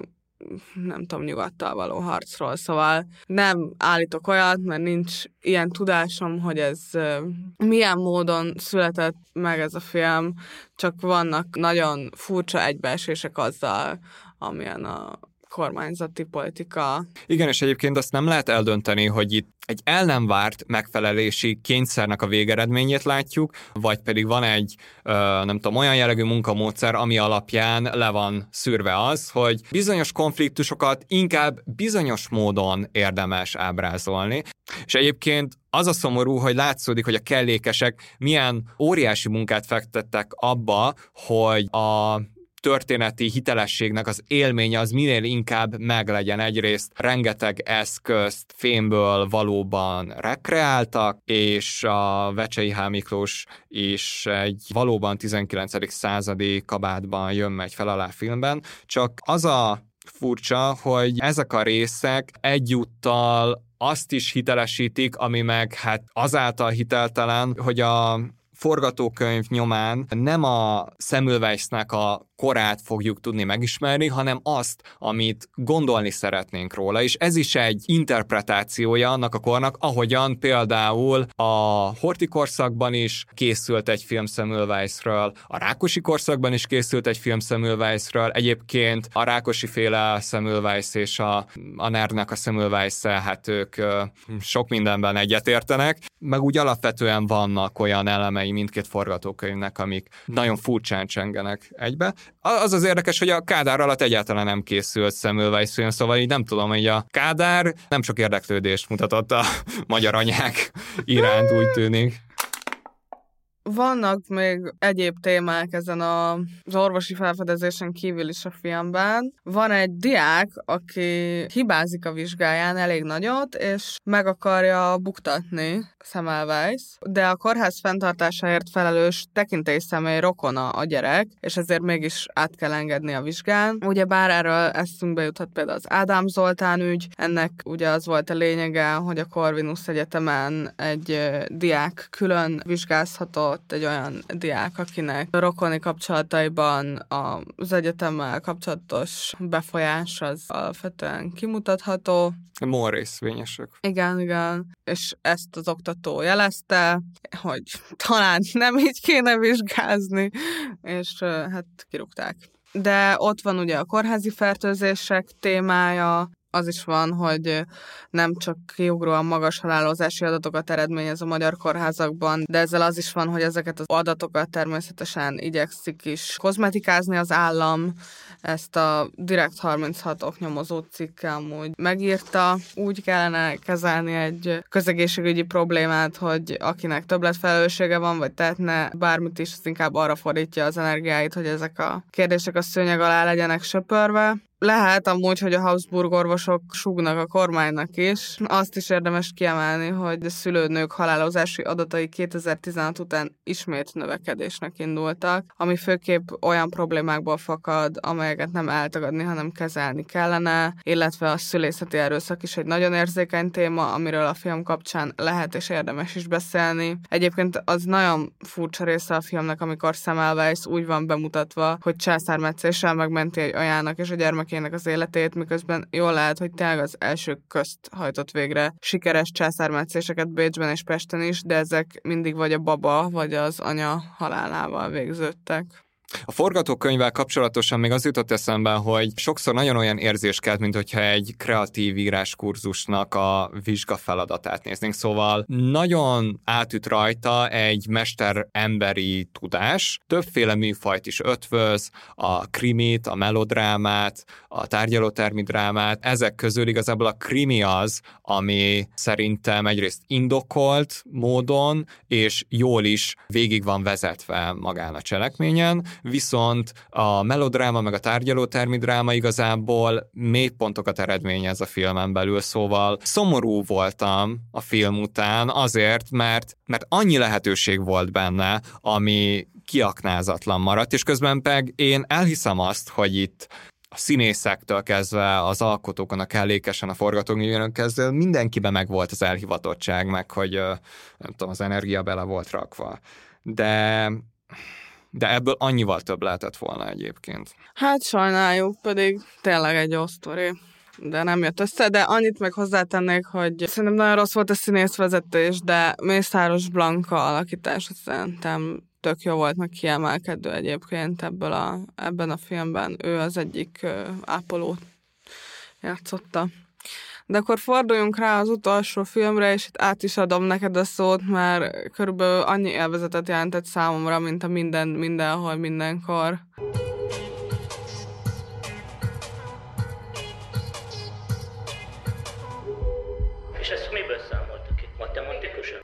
[SPEAKER 1] nem tudom, nyugattal való harcról. Szóval nem állítok olyat, mert nincs ilyen tudásom, hogy ez milyen módon született meg ez a film, csak vannak nagyon furcsa egybeesések azzal, amilyen a kormányzati politika.
[SPEAKER 2] Igen, és egyébként azt nem lehet eldönteni, hogy itt egy el nem várt megfelelési kényszernek a végeredményét látjuk, vagy pedig van egy, nem tudom, olyan jellegű munkamódszer, ami alapján le van szűrve az, hogy bizonyos konfliktusokat inkább bizonyos módon érdemes ábrázolni. És egyébként az a szomorú, hogy látszódik, hogy a kellékesek milyen óriási munkát fektettek abba, hogy a történeti hitelességnek az élménye az minél inkább meglegyen. Egyrészt rengeteg eszközt fémből valóban rekreáltak, és a Vecsey H. Miklós is egy valóban tizenkilencedik századi kabátban jön-megy fel alá filmben, csak az a furcsa, hogy ezek a részek egyúttal azt is hitelesítik, ami meg hát azáltal hiteltelen, hogy a forgatókönyv nyomán nem a Semmelweisnek a korát fogjuk tudni megismerni, hanem azt, amit gondolni szeretnénk róla, és ez is egy interpretációja annak a kornak, ahogyan például a Horthy korszakban is készült egy film Semmelweisről, a Rákosi korszakban is készült egy film Semmelweisről, egyébként a Rákosi-féle Semmelweis és a, a NER-nek a Semmelweis-szel, hát ők sok mindenben egyetértenek, meg úgy alapvetően vannak olyan elemei mindkét forgatókönyvnek, amik nagyon furcsán csengenek egybe. Az az érdekes, hogy a Kádár alatt egyáltalán nem készült Semmelweis film, szóval így nem tudom, hogy a Kádár nem sok érdeklődést mutatott a magyar anyák iránt, úgy tűnik.
[SPEAKER 1] Vannak még egyéb témák ezen a, az orvosi felfedezésen kívül is a filmben. Van egy diák, aki hibázik a vizsgáján elég nagyot, és meg akarja buktatni Semmelweis, de a kórház fenntartásáért felelős tekintélyszemély rokona a gyerek, és ezért mégis át kell engedni a vizsgán. Ugye bár erről eszünkbe juthat például az Ádám Zoltán ügy, ennek ugye az volt a lényege, hogy a Corvinus Egyetemen egy diák külön vizsgázhatott, egy olyan diák, akinek a rokoni kapcsolataiban az egyetemmel kapcsolatos befolyás az alapvetően kimutatható.
[SPEAKER 2] Mól részvényesek.
[SPEAKER 1] Igen, igen. És ezt az oktató jelezte, hogy talán nem így kéne vizsgázni, és hát kirúgták. De ott van ugye a kórházi fertőzések témája, az is van, hogy nem csak kiugróan magas halálozási adatokat eredményez a magyar kórházakban, de ezzel az is van, hogy ezeket az adatokat természetesen igyekszik is kozmetikázni az állam. Ezt a Direkt harminchat oknyomozó cikke amúgy megírta. Úgy kellene kezelni egy közegészségügyi problémát, hogy akinek többletfelelőssége van, vagy tehetne bármit is, az inkább arra fordítja az energiáit, hogy ezek a kérdések a szőnyeg alá legyenek söpörve. lehet amúgy, hogy a Habsburg orvosok súgnak a kormánynak is. Azt is érdemes kiemelni, hogy a szülőnők halálozási adatai kétezer-tizenhat után ismét növekedésnek indultak, ami főképp olyan problémákból fakad, amelyeket nem eltagadni, hanem kezelni kellene, illetve a szülészeti erőszak is egy nagyon érzékeny téma, amiről a film kapcsán lehet és érdemes is beszélni. Egyébként az nagyon furcsa része a filmnek, amikor Semmelweis úgy van bemutatva, hogy császármetszéssel megmenti egy anyának és a gyermekének az életét, miközben jól lehet, hogy tényleg az elsők közt hajtott végre sikeres császármetszéseket Bécsben és Pesten is, de ezek mindig vagy a baba, vagy az anya halálával végződtek.
[SPEAKER 2] A forgatókönyvvel kapcsolatosan még az jutott eszembe, hogy sokszor nagyon olyan érzés kelt, mint hogyha egy kreatív íráskurzusnak a vizsgafeladatát néznénk. Szóval nagyon átüt rajta egy mesteremberi tudás, többféle műfajt is ötvöz, a krimit, a melodrámát, a tárgyalótermi drámát. Ezek közül igazából a krimi az, ami szerintem egyrészt indokolt módon, és jól is végig van vezetve magán a cselekményen, viszont a melodráma meg a tárgyalótermi dráma igazából mélypontokat eredményez a filmen belül, szóval szomorú voltam a film után azért, mert, mert annyi lehetőség volt benne, ami kiaknázatlan maradt, és közben pedig én elhiszem azt, hogy itt a színészektől kezdve, az alkotókon, a kellékesen, a forgatókönyvön kezdve mindenkiben meg volt az elhivatottság, meg hogy nem tudom, az energia bele volt rakva. De... de ebből annyival több lehetett volna egyébként.
[SPEAKER 1] Hát sajnáljuk, pedig tényleg egy jó sztori, de nem jött össze, de annyit meg hozzátennék, hogy szerintem nagyon rossz volt a színészvezetés, de Mészáros Blanka alakítás szerintem tök jó volt, meg kiemelkedő egyébként ebből a, ebben a filmben. Ő az egyik uh, ápolót játszotta. De akkor forduljunk rá az utolsó filmre, és itt át is adom neked a szót, mert körülbelül annyi élvezetet jelentett számomra, mint a minden, mindenhol, mindenkor.
[SPEAKER 5] És ezt miből számoltuk itt? Matematikusan?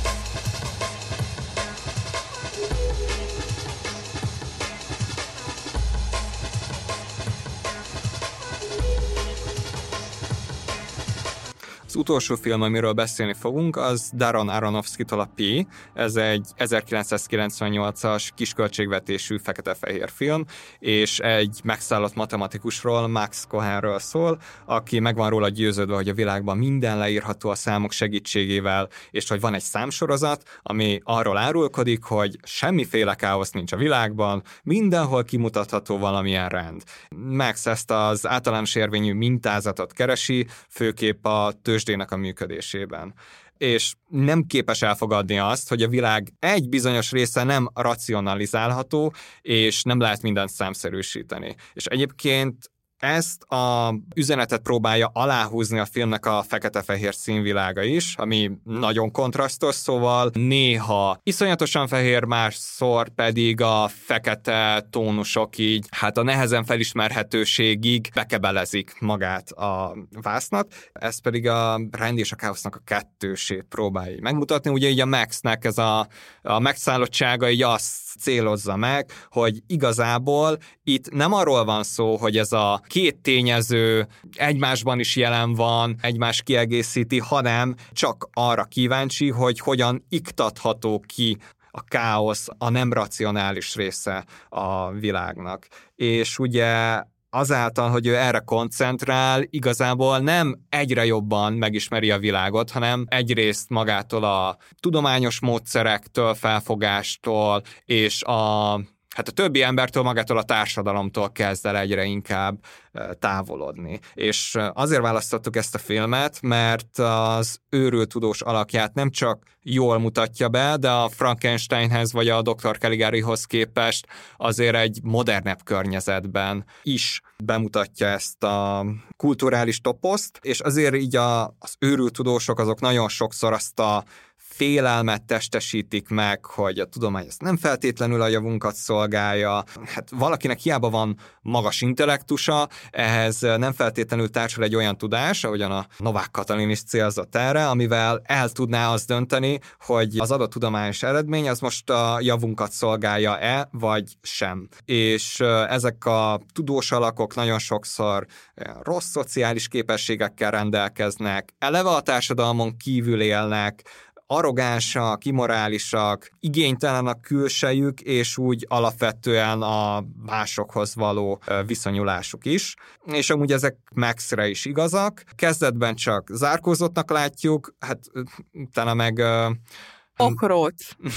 [SPEAKER 2] Az utolsó film, amiről beszélni fogunk, az Darren Aronofsky-tól a Pi. Ez egy ezerkilencszázkilencvennyolcas kisköltségvetésű fekete-fehér film, és egy megszállott matematikusról, Max Cohenről szól, aki meg van róla győződve, hogy a világban minden leírható a számok segítségével, és hogy van egy számsorozat, ami arról árulkodik, hogy semmiféle káosz nincs a világban, mindenhol kimutatható valamilyen rend. Max ezt az általános érvényű mintázatot keresi, főképp a tőzsdének a működésében. És nem képes elfogadni azt, hogy a világ egy bizonyos része nem racionalizálható, és nem lehet mindent számszerűsíteni. És egyébként ezt a üzenetet próbálja aláhúzni a filmnek a fekete-fehér színvilága is, ami nagyon kontrasztos, szóval néha iszonyatosan fehér, másszor pedig a fekete tónusok így, hát a nehezen felismerhetőségig bekebelezik magát a vásznat, ez pedig a rend és a káosznak a kettősét próbálja megmutatni. Ugye így a Maxnek ez a, a megszállottsága így azt célozza meg, hogy igazából itt nem arról van szó, hogy ez a két tényező egymásban is jelen van, egymás kiegészíti, hanem csak arra kíváncsi, hogy hogyan iktatható ki a káosz, a nem racionális része a világnak. És ugye azáltal, hogy ő erre koncentrál, igazából nem egyre jobban megismeri a világot, hanem egyrészt magától a tudományos módszerektől, felfogástól, és a, hát a többi embertől, magától a társadalomtól kezd el egyre inkább távolodni. És azért választottuk ezt a filmet, mert az őrült tudós alakját nem csak jól mutatja be, de a Frankensteinhez vagy a doktor Caligarihoz képest azért egy modernebb környezetben is bemutatja ezt a kulturális toposzt, és azért így a, az őrült tudósok azok nagyon sokszor azt a félelmet testesítik meg, hogy a tudomány ezt nem feltétlenül a javunkat szolgálja. Hát valakinek hiába van magas intellektusa, ehhez nem feltétlenül társul egy olyan tudás, ahogyan a Novák Katalin is célzott erre, amivel el tudná azt dönteni, hogy az adott tudományos eredmény az most a javunkat szolgálja-e, vagy sem. És ezek a tudós alakok nagyon sokszor rossz szociális képességekkel rendelkeznek, eleve a társadalmon kívül élnek, arrogánsak, immorálisak, igénytelen a külsejük, és úgy alapvetően a másokhoz való viszonyulásuk is. És amúgy ezek Maxre is igazak. Kezdetben csak zárkózottnak látjuk, hát utána meg...
[SPEAKER 1] Okróc.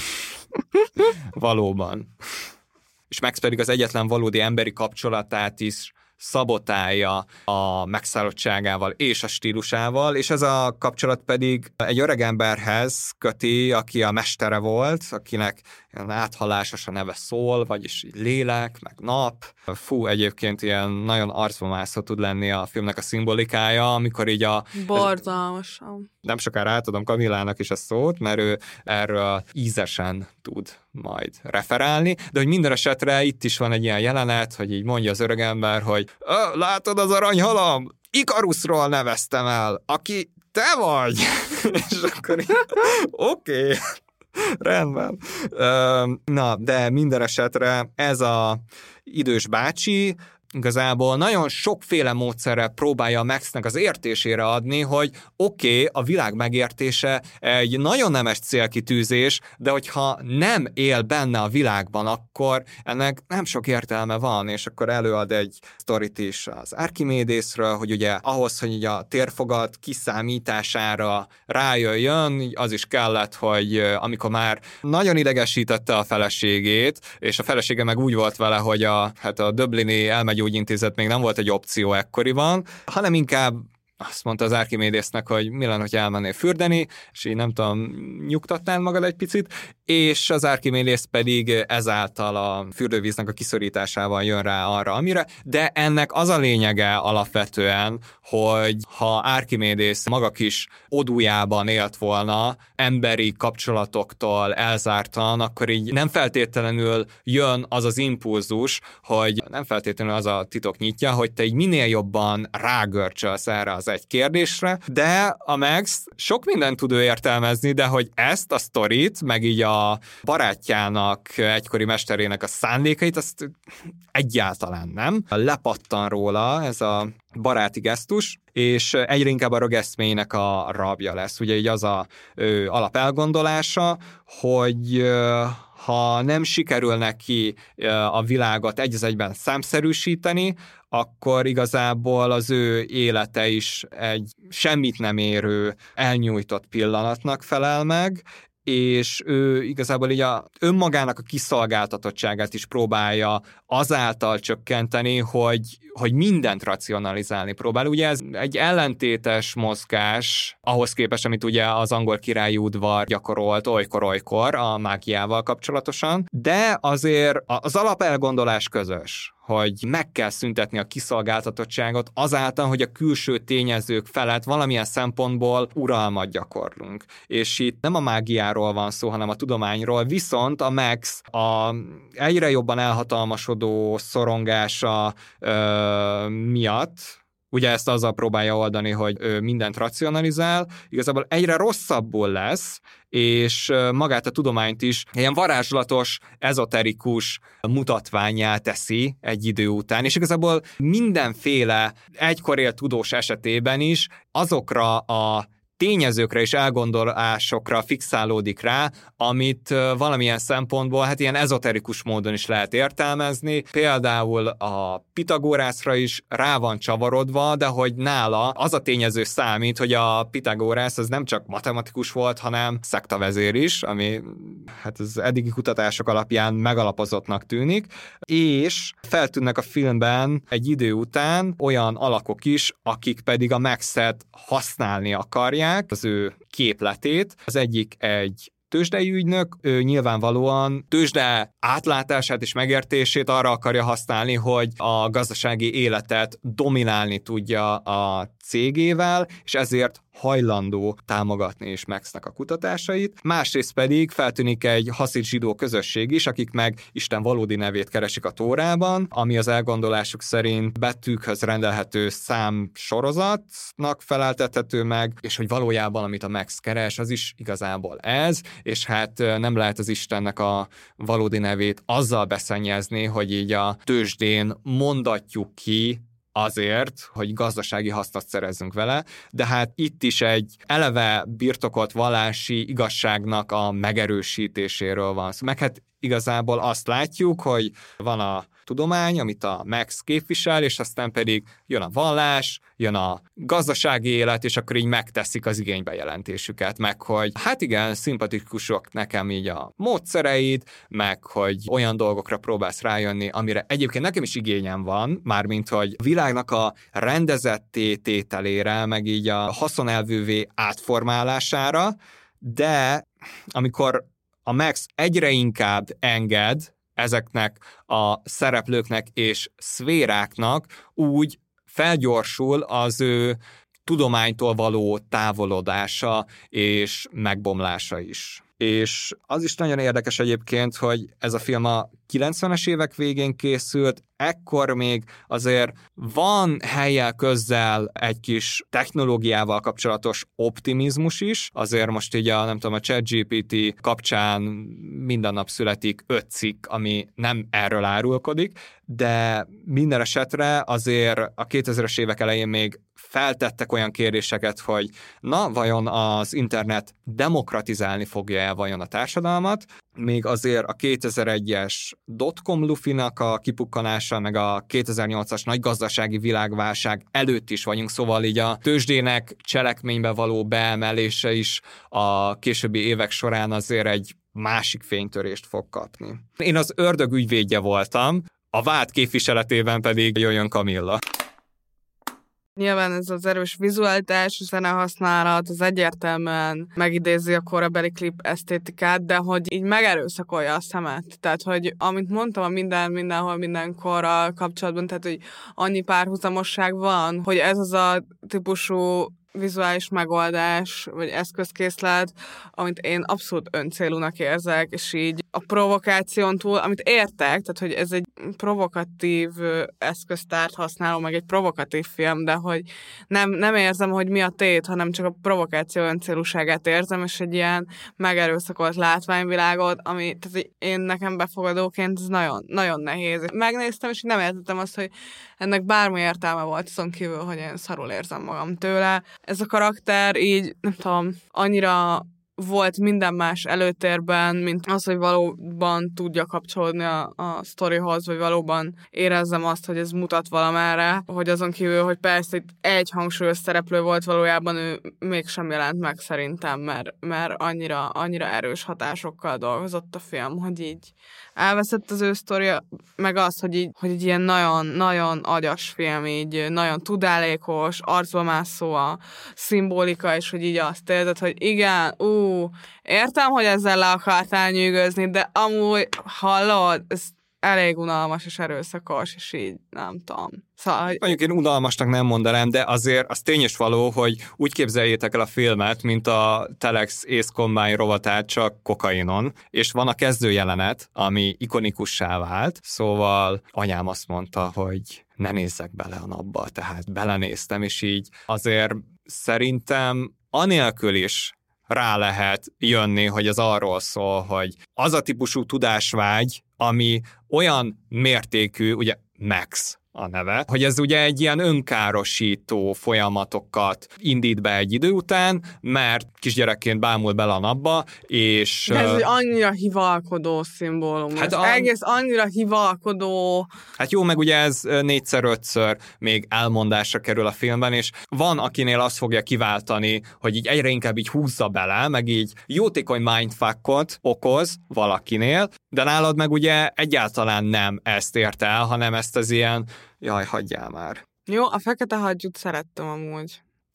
[SPEAKER 2] Valóban. És Max pedig az egyetlen valódi emberi kapcsolatát is szabotálja a megszállottságával és a stílusával, és ez a kapcsolat pedig egy öreg emberhez köti, aki a mestere volt, akinek ilyen áthallásos a neve Szól, vagyis lélek, meg nap. Fú, egyébként ilyen nagyon arcba mászó tud lenni a filmnek a szimbolikája, amikor így a...
[SPEAKER 1] Borzalmasan.
[SPEAKER 2] Nem sokára átadom Kamillának is a szót, mert ő erről ízesen tud majd referálni, de hogy minden esetre itt is van egy ilyen jelenet, hogy így mondja az öregember, hogy látod az aranyhalam? Ikaruszról neveztem el, aki te vagy! És akkor így, oké, okay. Rendben. Na, de minden esetre ez a idős bácsi igazából nagyon sokféle módszerrel próbálja a Maxnek az értésére adni, hogy oké, okay, a világ megértése egy nagyon nemes célkitűzés, de hogyha nem él benne a világban, akkor ennek nem sok értelme van, és akkor előad egy sztorit is az Archimédészről, hogy ugye ahhoz, hogy a térfogat kiszámítására rájöjjön, az is kellett, hogy amikor már nagyon idegesítette a feleségét, és a felesége meg úgy volt vele, hogy a, hát a Dublini elmegyógyintézet még nem volt egy opció ekkoriban, hanem inkább azt mondta az Archimédésznek, hogy mi lenne, hogy elmennél fürdeni, és így nem tudom, nyugtatnál magad egy picit, és az Archimédész pedig ezáltal a fürdővíznek a kiszorításával jön rá arra, amire, de ennek az a lényege alapvetően, hogy ha Archimédész maga kis odújában élt volna, emberi kapcsolatoktól elzártan, akkor így nem feltétlenül jön az az impulzus, hogy nem feltétlenül az a titok nyitja, hogy te így minél jobban rágörcsölsz erre az egy kérdésre, de a Max sok mindent tud ő értelmezni, de hogy ezt a sztorit, meg így a barátjának, egykori mesterének a szándékait, azt egyáltalán nem. Lepattan róla ez a baráti gesztus, és egyre inkább a rögeszmének a rabja lesz. Ugye így az a ö, alapelgondolása, hogy ö, ha nem sikerül neki a világot egy az egyben számszerűsíteni, akkor igazából az ő élete is egy semmit nem érő, elnyújtott pillanatnak felel meg, és ő igazából így a önmagának a kiszolgáltatottságát is próbálja azáltal csökkenteni, hogy, hogy mindent racionalizálni próbál. Ugye ez egy ellentétes mozgás ahhoz képest, amit ugye az angol királyi udvar gyakorolt olykor-olykor a mágiával kapcsolatosan, de azért az alapelgondolás közös, hogy meg kell szüntetni a kiszolgáltatottságot azáltal, hogy a külső tényezők felett valamilyen szempontból uralmat gyakorlunk. És itt nem a mágiáról van szó, hanem a tudományról, viszont a Max a egyre jobban elhatalmasodó szorongása ö, miatt, ugye ezt azzal próbálja oldani, hogy ő mindent racionalizál, igazából egyre rosszabbul lesz, és magát a tudományt is ilyen varázslatos, ezoterikus mutatvánnyá teszi egy idő után, és igazából mindenféle egykor élt tudós esetében is azokra a tényezőkre és elgondolásokra fixálódik rá, amit valamilyen szempontból, hát ilyen ezoterikus módon is lehet értelmezni. Például a Pitagórászra is rá van csavarodva, de hogy nála az a tényező számít, hogy a Pitagórász az nem csak matematikus volt, hanem szektavezér is, ami hát az eddigi kutatások alapján megalapozottnak tűnik, és feltűnnek a filmben egy idő után olyan alakok is, akik pedig a Maxet használni akarják, az ő képletét. Az egyik egy tőzsdei ügynök, ő nyilvánvalóan tőzsde átlátását és megértését arra akarja használni, hogy a gazdasági életet dominálni tudja a cégével, és ezért hajlandó támogatni és Maxnak a kutatásait. Másrészt pedig feltűnik egy haszid zsidó közösség is, akik meg Isten valódi nevét keresik a Tórában, ami az elgondolásuk szerint betűkhöz rendelhető szám sorozatnak feleltethető meg, és hogy valójában, amit a Max keres, az is igazából ez, és hát nem lehet az Istennek a valódi nevét azzal beszennyezni, hogy így a tőzsdén mondatjuk ki azért, hogy gazdasági hasznot szerezzünk vele, de hát itt is egy eleve birtokolt vallási igazságnak a megerősítéséről van szó. Meg hát igazából azt látjuk, hogy van a tudomány, amit a Max képvisel, és aztán pedig jön a vallás, jön a gazdasági élet, és akkor így megteszik az igénybejelentésüket, meg hogy hát igen, szimpatikusok nekem így a módszereid, meg hogy olyan dolgokra próbálsz rájönni, amire egyébként nekem is igényem van, mármint hogy a világnak a rendezetté tételére, meg így a haszonelvűvé átformálására, de amikor a Max egyre inkább enged ezeknek a szereplőknek és szféráknak, úgy felgyorsul az ő tudománytól való távolodása és megbomlása is. És az is nagyon érdekes egyébként, hogy ez a film a kilencvenes évek végén készült, ekkor még azért van hellyel közzel egy kis technológiával kapcsolatos optimizmus is, azért most így a, nem tudom, a ChatGPT kapcsán minden nap születik öt cikk, ami nem erről árulkodik, de minden esetre azért a kétezres évek elején még feltettek olyan kérdéseket, hogy na, vajon az internet demokratizálni fogja-e vajon a társadalmat? Még azért a kétezer-egyes dotcom lufinak a kipukkanása, meg a kétezer-nyolcas nagy gazdasági világválság előtt is vagyunk, szóval így a tőzsdének cselekménybe való beemelése is a későbbi évek során azért egy másik fénytörést fog kapni. Én az ördög ügyvédje voltam, a vád képviseletében pedig jöjjön Kamilla.
[SPEAKER 1] Nyilván ez az erős vizualitás, a zenehasználat, az egyértelműen megidézi a korabeli klip esztétikát, de hogy így megerőszakolja a szemet. Tehát, hogy amit mondtam, a minden, mindenhol, mindenkorral kapcsolatban, tehát, hogy annyi párhuzamosság van, hogy ez az a típusú vizuális megoldás, vagy eszközkészlet, amit én abszolút öncélúnak érzek, és így a provokáción túl, amit értek, tehát, hogy ez egy provokatív eszköztárt használó, meg egy provokatív film, de hogy nem, nem érzem, hogy mi a tét, hanem csak a provokáció öncélúságát érzem, és egy ilyen megerőszakolt látványvilágot, ami tehát én nekem befogadóként ez nagyon, nagyon nehéz. Megnéztem, és nem értettem azt, hogy ennek bármi értelme volt, azon kívül, hogy én szarul érzem magam tőle. Ez a karakter így, nem tudom, annyira volt minden más előtérben, mint az, hogy valóban tudja kapcsolódni a, a sztorihoz, vagy valóban érezzem azt, hogy ez mutat valamerre, hogy azon kívül, hogy persze itt egy hangsúlyos szereplő volt, valójában ő mégsem jelent meg szerintem, mert, mert annyira, annyira erős hatásokkal dolgozott a film, hogy így elveszett az ő sztoria, meg az, hogy így, hogy így ilyen nagyon-nagyon agyas film, így nagyon tudálékos, arcba mászó a szimbolika, és hogy így azt érzed, hogy igen, ú, értem, hogy ezzel le akartál nyűgözni, de amúgy, hallod, ez elég unalmas és erőszakos, és így nem tudom. Szóval, hogy...
[SPEAKER 2] Mondjuk én unalmasnak nem mondanám, de azért az tényes való, hogy úgy képzeljétek el a filmet, mint a Telex Ace Combine rovatát, csak kokainon, és van a kezdőjelenet, ami ikonikussá vált, szóval anyám azt mondta, hogy ne nézzek bele a napba, tehát belenéztem, és így azért szerintem anélkül is rá lehet jönni, hogy az arról szól, hogy az a típusú tudásvágy, ami olyan mértékű, ugye Max a neve, hogy ez ugye egy ilyen önkárosító folyamatokat indít be egy idő után, mert kisgyerekként bámul bele a napba, és...
[SPEAKER 1] De ez egy annyira hivalkodó szimbólum. Hát a... egész annyira hivalkodó...
[SPEAKER 2] Hát jó, meg ugye ez négyszer-ötször még elmondásra kerül a filmben, és van, akinél azt fogja kiváltani, hogy így egyre inkább így húzza bele, meg így jótékony mindfuckot okoz valakinél, de nálad meg ugye egyáltalán nem ezt ért el, hanem ezt az ilyen jaj, hagyjál már.
[SPEAKER 1] Jó, a fekete hagyjút szerettem amúgy.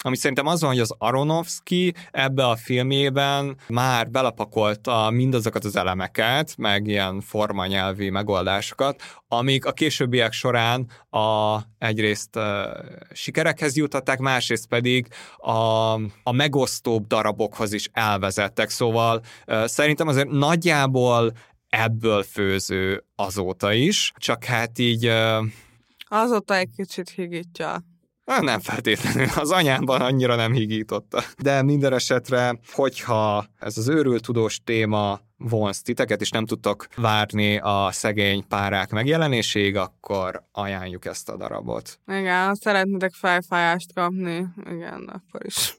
[SPEAKER 2] ami szerintem az van, hogy az Aronofsky ebbe a filmében már belepakolta mindazokat az elemeket, meg ilyen formanyelvi megoldásokat, amik a későbbiek során a, egyrészt uh, sikerekhez jutották, másrészt pedig a, a megosztóbb darabokhoz is elvezettek. Szóval uh, szerintem azért nagyjából ebből főző azóta is, csak hát így... Uh,
[SPEAKER 1] azóta egy kicsit higítja.
[SPEAKER 2] Nem feltétlenül, az anyámban annyira nem higította. De minden esetre, hogyha ez az őrült tudós téma vonz titeket, és nem tudtok várni a szegény párák megjelenéséig, akkor ajánljuk ezt a darabot.
[SPEAKER 1] Igen, ha szeretnétek fejfájást kapni, igen, akkor is.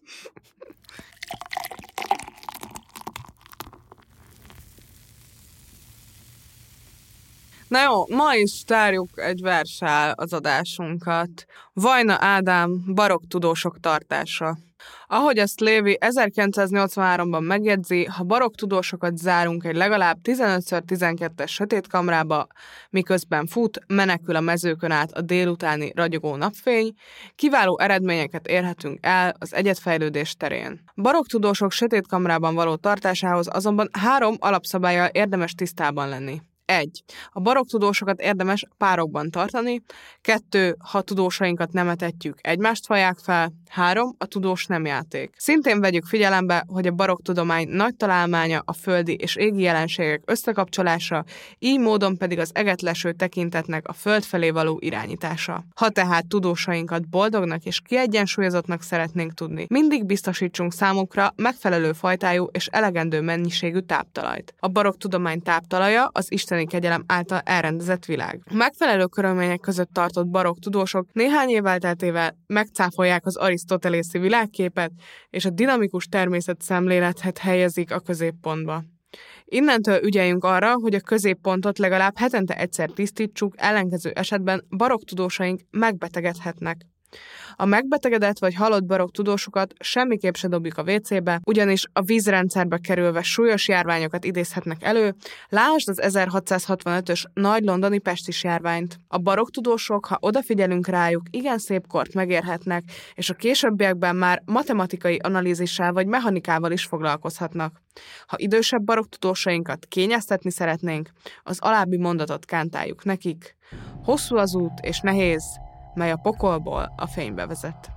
[SPEAKER 1] Na jó, ma is tárjuk egy verssel az adásunkat. Vajna Ádám barokk tudósok tartása. Ahogy azt Lévi ezerkilencszáznyolcvanháromban megjegyzi, ha barokk tudósokat zárunk egy legalább tizenöt tizenkettes sötét kamrába, miközben fut, menekül a mezőkön át a délutáni ragyogó napfény, kiváló eredményeket érhetünk el az egyedfejlődés terén. Barokk tudósok sötét kamrában való tartásához azonban három alapszabállyal érdemes tisztában lenni. Egy. A barokk tudósokat érdemes párokban tartani. Kettő. Ha tudósainkat nem etetjük, egymást vallják fel. Három. A tudós nem játék. Szintén vegyük figyelembe, hogy a barokk tudomány nagy találmánya a földi és égi jelenségek összekapcsolása, így módon pedig az egetleső tekintetnek a föld felé való irányítása. Ha tehát tudósainkat boldognak és kiegyensúlyozottnak szeretnénk tudni, mindig biztosítsunk számukra megfelelő fajtájú és elegendő mennyiségű táptalajt. A barokk tudomány táptalaja az isteni kegyelem által elrendezett világ. A megfelelő körülmények között tartott barokk tudósok néhány év elteltével megcáfolják az arisztotelészi világképet, és a dinamikus természet szemléletet helyezik a középpontba. Innentől ügyeljünk arra, hogy a középpontot legalább hetente egyszer tisztítsuk, ellenkező esetben barokk tudósaink megbetegedhetnek. A megbetegedett vagy halott barokk tudósokat semmiképp se dobjuk a vécébe, ugyanis a vízrendszerbe kerülve súlyos járványokat idézhetnek elő, lásd az ezerhatszázhatvanötös nagy londoni pestis járványt. A barokk tudósok, ha odafigyelünk rájuk, igen szép kort megérhetnek, és a későbbiekben már matematikai analízissel vagy mechanikával is foglalkozhatnak. Ha idősebb barokk tudósainkat kényeztetni szeretnénk, az alábbi mondatot kántáljuk nekik. Hosszú az út és nehéz, mely a pokolból a fénybe vezet.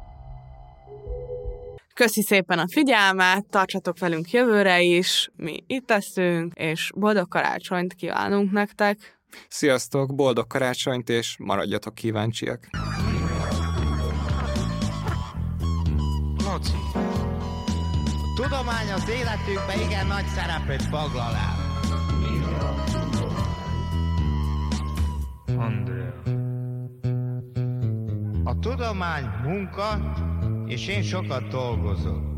[SPEAKER 1] Köszi szépen a figyelmet, tartsatok velünk jövőre is, mi itt leszünk, és boldog karácsonyt kívánunk nektek.
[SPEAKER 2] Sziasztok, boldog karácsonyt, és maradjatok kíváncsiak.
[SPEAKER 6] Loci, a tudomány az életünkben igen nagy szerepet foglal el. Andrea. A tudomány munka, és én sokat dolgozok.